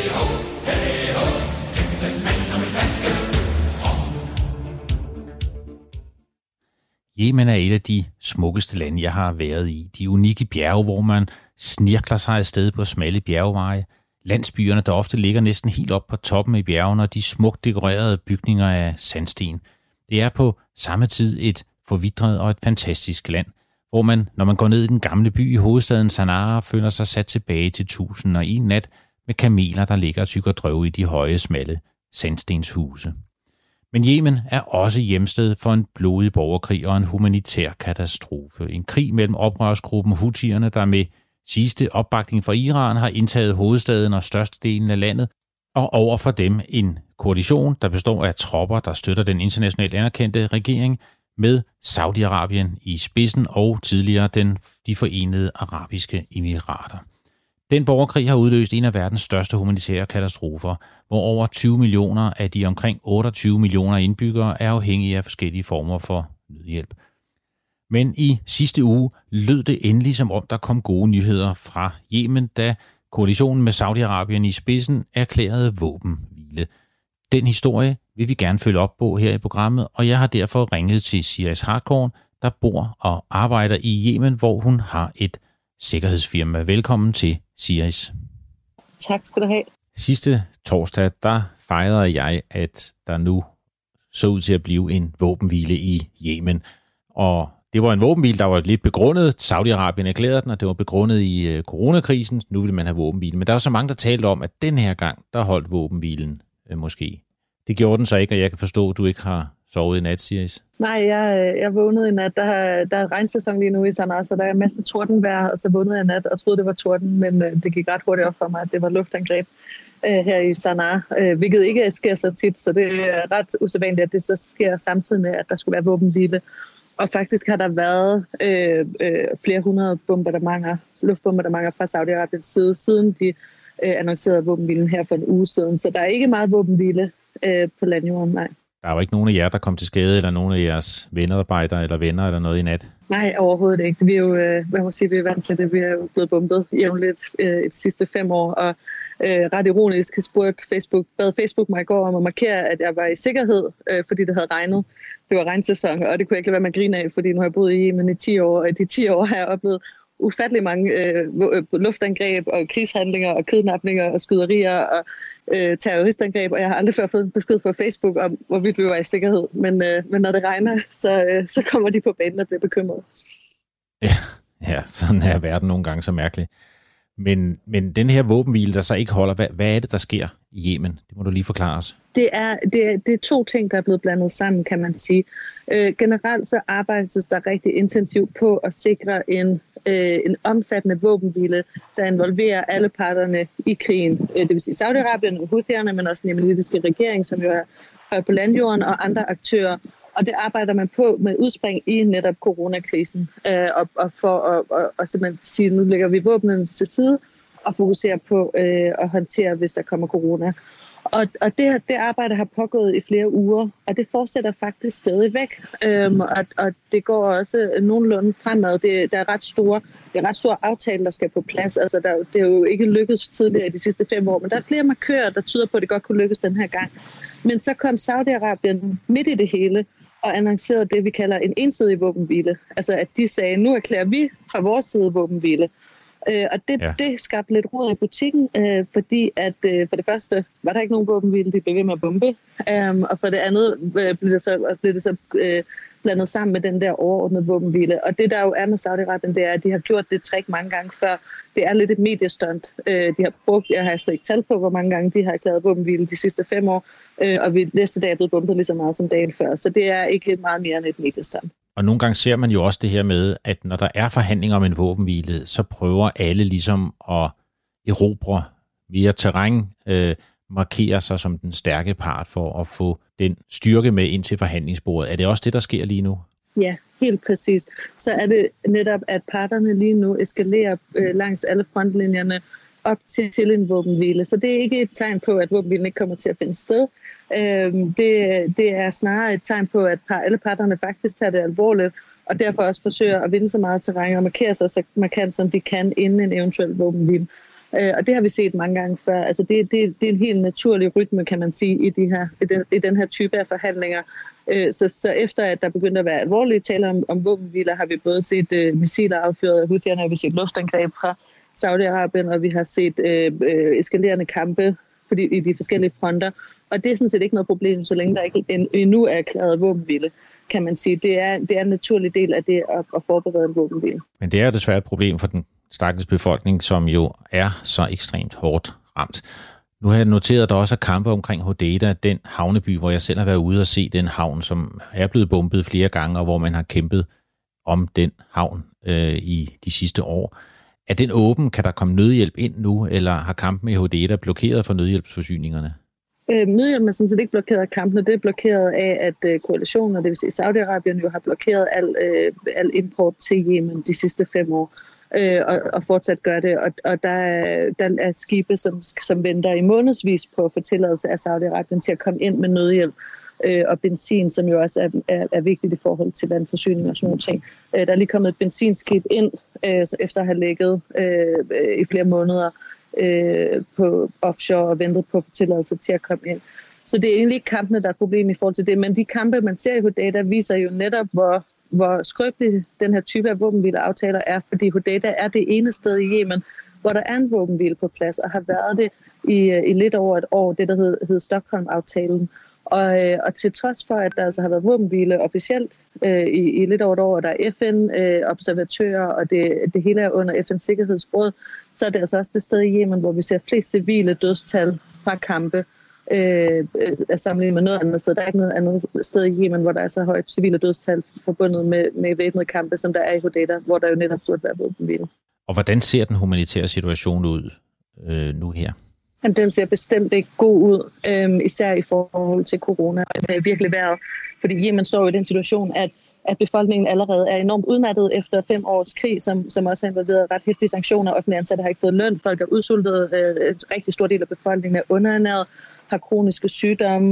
Yemen er et af de smukkeste lande, jeg har været i. De unikke bjerge, hvor man snirkler sig afsted på smalle bjergveje. Landsbyerne, der ofte ligger næsten helt op på toppen af bjergene, og de smukt dekorerede bygninger af sandsten. Det er på samme tid et forvitret og et fantastisk land, hvor man, når man går ned i den gamle by i hovedstaden Sanaa, føler sig sat tilbage til tusind og en nat med kameler, der ligger og tykker drøv i de høje, smalle sandstenshuse. Men Yemen er også hjemsted for en blodig borgerkrig og en humanitær katastrofe. En krig mellem oprørsgruppen Houthierne, der med sidste opbakning fra Iran har indtaget hovedstaden og størstedelen af landet, og over for dem en koalition, der består af tropper, der støtter den internationalt anerkendte regering, med Saudi-Arabien i spidsen og tidligere den, de forenede arabiske emirater. Den borgerkrig har udløst en af verdens største humanitære katastrofer, hvor over tyve millioner af de omkring otteogtyve millioner indbyggere er afhængige af forskellige former for nødhjælp. Men i sidste uge lød det endelig, som om der kom gode nyheder fra Yemen, da koalitionen med Saudi-Arabien i spidsen erklærede våbenhvile. Den historie vil vi gerne følge op på her i programmet, og jeg har derfor ringet til Siris Hardkorn, der bor og arbejder i Yemen, hvor hun har et sikkerhedsfirma. Velkommen til, Siris. Tak skal du have. Sidste torsdag, der fejrede jeg, at der nu så ud til at blive en våbenhvile i Yemen. Og det var en våbenhvile, der var lidt begrundet. Saudi-Arabien erklærede den, og det var begrundet i coronakrisen. Nu ville man have våbenhvile. Men der var så mange, der talte om, at den her gang, der holdt våbenhvilen øh, måske. Det gjorde den så ikke, og jeg kan forstå, at du ikke har sovet i nat, Siris. Nej, jeg, jeg vågnede i nat. Der, der er regnsæson lige nu i Sanaa, så der er en masse tordenvejr, og så vågnede jeg i nat og troede, det var torden, men øh, det gik ret hurtigt op for mig, at det var luftangreb øh, her i Sanaa, øh, hvilket ikke sker så tit, så det er ret usædvanligt, at det så sker samtidig med, at der skulle være våbenhvile. Og faktisk har der været øh, øh, flere hundrede bombardementer, luftbombardementer fra Saudi-Arabiens side, siden de øh, annoncerede våbenhvilen her for en uge siden. Så der er ikke meget våbenhvile øh, på landjorden, nej. Der var ikke nogen af jer, der kom til skade, eller nogen af jeres vennearbejdere eller venner eller noget i nat? Nej, overhovedet ikke. Vi er jo, hvad må sige, vi er vant til det. Vi er jo blevet bombet jævnligt øh, de sidste fem år, og øh, ret ironisk spurgte Facebook, bad Facebook mig i går om at markere, at jeg var i sikkerhed, øh, fordi det havde regnet. Det var regnsæson, og det kunne jeg ikke lade være med at grine af, fordi nu har jeg boet i Yemen i ti år, og i de ti år har jeg oplevet ufattelig mange øh, luftangreb og krigshandlinger og kidnapninger og skyderier og øh, terroristangreb, og jeg har aldrig før fået en besked fra Facebook om, hvorvidt vi var i sikkerhed. Men, øh, men når det regner, så, øh, så kommer de på banen og bliver bekymrede. Ja, ja, sådan er verden nogle gange så mærkelig. Men, men den her våbenhvile, der så ikke holder, hvad, hvad er det, der sker i Yemen? Det må du lige forklare os. Det er, det, er, det er to ting, der er blevet blandet sammen, kan man sige. Øh, generelt så arbejdes der rigtig intensivt på at sikre en, øh, en omfattende våbenhvile, der involverer alle parterne i krigen. Det vil sige Saudi-Arabien og Houthierne, men også den yemenitiske regering, som jo er på landjorden, og andre aktører. Og det arbejder man på med udspring i netop coronakrisen. Øh, og, og for at og, og simpelthen sige, nu lægger vi våbnene til side og fokuserer på øh, at håndtere, hvis der kommer corona. Og, og det, det arbejde har pågået i flere uger, og det fortsætter faktisk stadig væk. Øhm, og, og det går også nogenlunde fremad. Det, der er ret store, det er ret store aftaler, der skal på plads. Altså, der, det er jo ikke lykkedes tidligere i de sidste fem år, men der er flere markører, der tyder på, at det godt kunne lykkes den her gang. Men så kom Saudi-Arabien midt i det hele og annoncerede det, vi kalder en ensidig våbenhvile. Altså, at de sagde, nu erklærer vi fra vores side våbenhvile. Øh, og det, ja. det skabte lidt rod i butikken, øh, fordi at øh, for det første var der ikke nogen våbenhvile, de blev ved med at bombe, um, og for det andet øh, blev det så, blev det så øh, blandet sammen med den der overordnede våbenhvile. Og det der jo er med Saudi-Arabien, det er, at de har gjort det trick mange gange før. Det er lidt et mediestunt. Øh, de har brugt, jeg har slet ikke talt på, hvor mange gange de har erklæret våbenhvile de sidste fem år, øh, og vi næste dag er blevet bombet lige så meget som dagen før. Så det er ikke meget mere end et mediestunt. Og nogle gange ser man jo også det her med, at når der er forhandlinger om en våbenhvile, så prøver alle ligesom at erobre via terræn, øh, markere sig som den stærke part for at få den styrke med ind til forhandlingsbordet. Er det også det, der sker lige nu? Ja, helt præcist. Så er det netop, at parterne lige nu eskalerer øh, langs alle frontlinjerne op til, til en våbenhvile. Så det er ikke et tegn på, at våbenhvilen ikke kommer til at finde sted. Øhm, det, det er snarere et tegn på, at par, alle parterne faktisk tager det alvorligt, og derfor også forsøger at vinde så meget terræn og markere sig så markant, som de kan, inden en eventuel våbenhvile. Øh, og det har vi set mange gange før. Altså det, det, det er en helt naturlig rytme, kan man sige, i, de her, i, den, i den her type af forhandlinger. Øh, så, så efter at der begyndte at være alvorlige taler om, om våbenhviler, har vi både set øh, missiler affyret af Houthierne, og vi har set luftangreb fra Saudi-Arabien, og vi har set øh, øh, eskalerende kampe fordi, i de forskellige fronter. Og det er sådan set ikke noget problem, så længe der ikke endnu er erklæret våbenhvile, kan man sige. Det er, det er en naturlig del af det at, at forberede en våbenhvile. Men det er jo desværre et problem for den stakkels befolkning, som jo er så ekstremt hårdt ramt. Nu har jeg noteret, at der også er kampe omkring Hodeida, den havneby, hvor jeg selv har været ude og se den havn, som er blevet bombet flere gange, og hvor man har kæmpet om den havn øh, i de sidste år. Er den åben? Kan der komme nødhjælp ind nu, eller har kampen i Hodeida blokeret for nødhjælpsforsyningerne? Øh, nødhjælpen er sådan set ikke blokeret af kampene. Det er blokeret af, at øh, koalitionen, det vil sige Saudi-Arabien, jo har blokeret al, øh, al import til Yemen de sidste fem år. Øh, og, og fortsat gør det. Og, og der, er, der er skibe, som, som venter i månedsvis på at få tilladelse af Saudi-Arabien til at komme ind med nødhjælp øh, og benzin, som jo også er, er, er vigtigt i forhold til vandforsyning og sådan nogle ting. Øh, der er lige kommet et benzinskib ind, øh, efter at have ligget øh, i flere måneder øh, på offshore og ventet på at få tilladelse til at komme ind. Så det er egentlig ikke kampene, der er et problem i forhold til det, men de kampe, man ser i Hodeida, viser jo netop, hvor hvor skrøbelig den her type af våbenhvileaftaler er, fordi Hodeida er det ene sted i Yemen, hvor der er en våbenhvile på plads, og har været det i, i lidt over et år, det der hed, hed Stockholm-aftalen. Og, og til trods for, at der altså har været våbenhvile officielt øh, i, i lidt over et år, og der er F N-observatører, øh, og det, det hele er under F N's Sikkerhedsråd, så er det altså også det sted i Yemen, hvor vi ser flest civile dødstal fra kampe, Øh, at sammenligne med noget andet sted. Der er ikke noget andet sted i Yemen, hvor der er så højt civile dødstal forbundet med, med væbnede kampe, som der er i Hodeida, hvor der jo netop burde være våbenhvile. Og hvordan ser den humanitære situation ud øh, nu her? Jamen, den ser bestemt ikke god ud, øh, især i forhold til corona. Det er virkelig været, fordi Yemen står jo i den situation, at at befolkningen allerede er enormt udmattet efter fem års krig, som, som også har involveret ret hæftige sanktioner. Offentlige ansatte har ikke fået løn, folk er udsultet, øh, en rigtig stor del af befolkningen er underernæret, har kroniske sygdomme,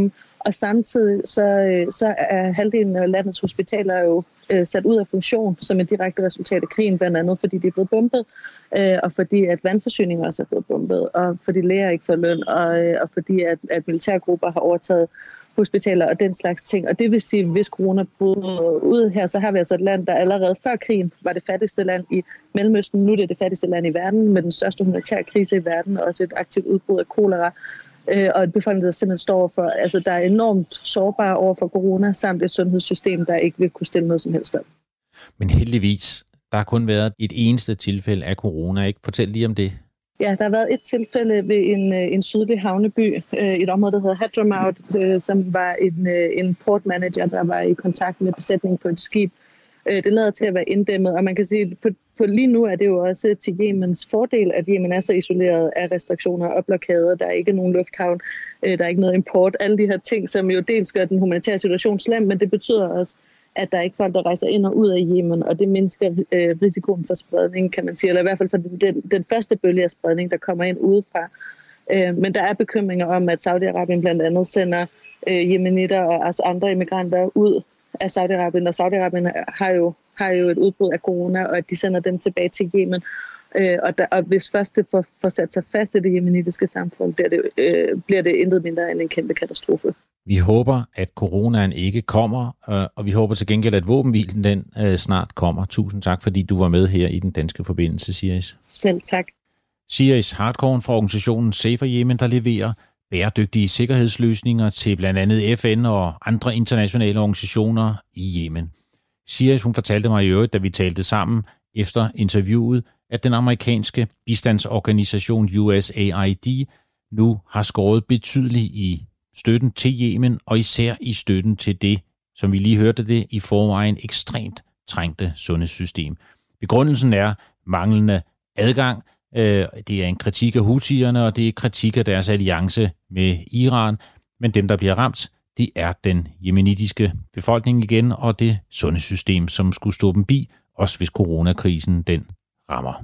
Og samtidig så, øh, så er halvdelen af landets hospitaler jo øh, sat ud af funktion som et direkte resultat af krigen, blandt andet fordi de er blevet bombet, øh, og fordi at vandforsyninger også er blevet bombet, og fordi læger ikke får løn, og, øh, og fordi at, at militærgrupper har overtaget hospitaler og den slags ting. Og det vil sige, at hvis corona bryder ud her, så har vi altså et land, der allerede før krigen var det fattigste land i Mellemøsten. Nu er det det fattigste land i verden, med den største humanitære krise i verden, og også et aktivt udbrud af kolera. Og et befolkning, der simpelthen står for, altså der er enormt sårbare over for corona, samt et sundhedssystem, der ikke vil kunne stille noget som helst op. Men heldigvis, der har kun været et eneste tilfælde af corona, ikke? Fortæl lige om det. Ja, der har været et tilfælde ved en, en sydlig havneby, et område, der hedder Hadramaut, som var en, en portmanager, der var i kontakt med besætningen på et skib. Det lader til at være inddæmmet, og man kan sige, at på, på lige nu er det jo også til Yemens fordel, at Yemen er så isoleret af restriktioner og blokader. Der er ikke nogen lufthavn, der er ikke noget import. Alle de her ting, som jo dels gør den humanitære situation slem, men det betyder også, at der er ikke folk, der rejser ind og ud af Yemen, og det mindsker øh, risikoen for spredning, kan man sige, eller i hvert fald for den, den første bølge af spredning, der kommer ind udefra. Øh, men der er bekymringer om, at Saudi-Arabien blandt andet sender øh, yemenitter og altså andre immigranter ud af Saudi-Arabien, og Saudi-Arabien har jo, har jo et udbrud af corona, og at de sender dem tilbage til Yemen. Øh, og, der, og hvis først det får, får sat sig fast i det yemenitiske samfund, bliver det, øh, bliver det intet mindre end en kæmpe katastrofe. Vi håber, at coronaen ikke kommer, og vi håber til gengæld, at våbenhvilen den øh, snart kommer. Tusind tak, fordi du var med her i den danske forbindelse, Siris. Selv tak. Siris Hardkorn fra organisationen Safer Yemen, der leverer bæredygtige sikkerhedsløsninger til blandt andet F N og andre internationale organisationer i Yemen. Siris, hun fortalte mig i øvrigt, da vi talte sammen efter interviewet, at den amerikanske bistandsorganisation U S A I D nu har skåret betydeligt i støtten til Yemen, og især i støtten til det, som vi lige hørte det, i forvejen ekstremt trængte sundhedssystem. Begrundelsen er manglende adgang. Det er en kritik af Houthierne, og det er kritik af deres alliance med Iran. Men dem, der bliver ramt, det er den yemenitiske befolkning igen, og det sundhedssystem, som skulle stå dem bi, også hvis coronakrisen den rammer.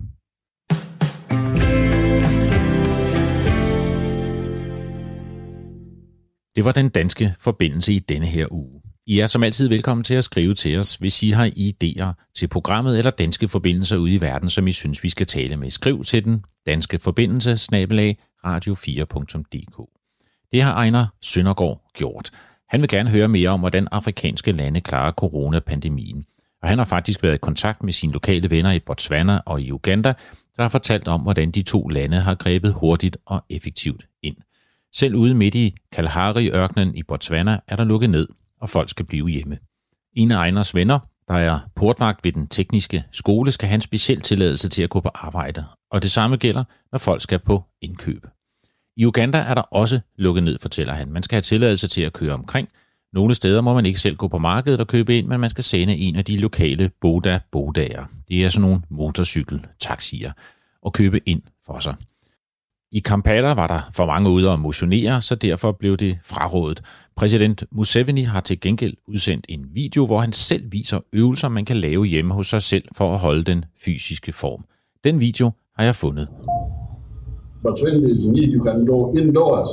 Det var den danske forbindelse i denne her uge. I er som altid velkommen til at skrive til os, hvis I har idéer til programmet eller danske forbindelser ude i verden, som I synes, vi skal tale med. Skriv til den danske forbindelse snabel-a radio fire punktum d k. Det har Ejner Søndergaard gjort. Han vil gerne høre mere om, hvordan afrikanske lande klarer coronapandemien. Og han har faktisk været i kontakt med sine lokale venner i Botswana og i Uganda, der har fortalt om, hvordan de to lande har grebet hurtigt og effektivt ind. Selv ude midt i Kalahari-ørkenen i Botswana er der lukket ned, og folk skal blive hjemme. En af Ejners venner, der er portvagt ved den tekniske skole, skal have en speciel tilladelse til at gå på arbejde, og det samme gælder, når folk skal på indkøb. I Uganda er der også lukket ned, fortæller han. Man skal have tilladelse til at køre omkring. Nogle steder må man ikke selv gå på markedet og købe ind, men man skal sende en af de lokale boda-bodaer. Det er sådan nogle motorcykeltaxier, og købe ind for sig. I Kampala var der for mange ude at motionere, så derfor blev det frarådet. Præsident Museveni har til gengæld udsendt en video, hvor han selv viser øvelser, man kan lave hjemme hos sig selv for at holde den fysiske form. Den video har jeg fundet. But when there's need, you can go indoors.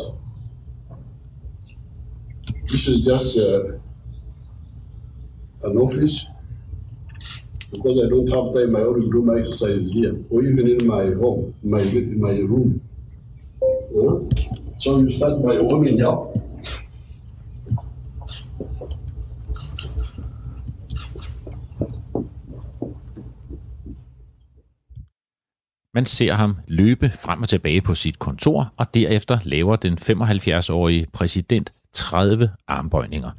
This is just uh, an office. Because I don't have time, I always do my exercise here, or even in my home, my my room. Yeah? So you start by warming up. Man ser ham løbe frem og tilbage på sit kontor, og derefter laver den femoghalvfjerds-årige præsident tredive armbøjninger.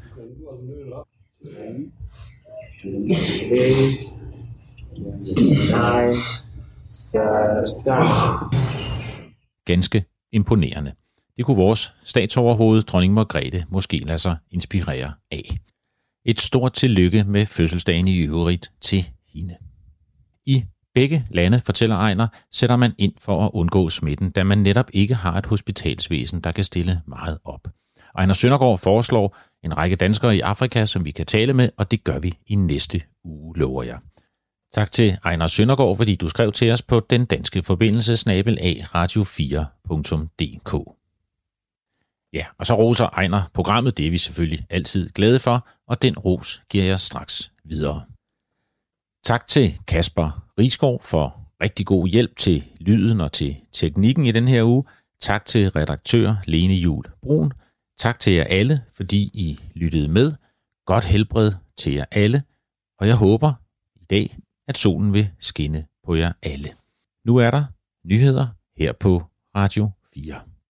Ganske imponerende. Det kunne vores statsoverhoved, dronning Margrethe, måske lade sig inspirere af. Et stort tillykke med fødselsdagen i øvrigt til hende. I begge lande, fortæller Ejner, sætter man ind for at undgå smitten, da man netop ikke har et hospitalsvæsen, der kan stille meget op. Ejner Søndergaard foreslår en række danskere i Afrika, som vi kan tale med, og det gør vi i næste uge, lover jeg. Tak til Ejner Søndergaard, fordi du skrev til os på den danske forbindelse snabel-a radio fire punktum d k. Ja, og så roser Ejner programmet, det er vi selvfølgelig altid glade for, og den ros giver jeg straks videre. Tak til Kasper Risgaard for rigtig god hjælp til lyden og til teknikken i den her uge. Tak til redaktør Lene Juhl Brun. Tak til jer alle, fordi I lyttede med. Godt helbred til jer alle, og jeg håber i dag, at solen vil skinne på jer alle. Nu er der nyheder her på Radio fire.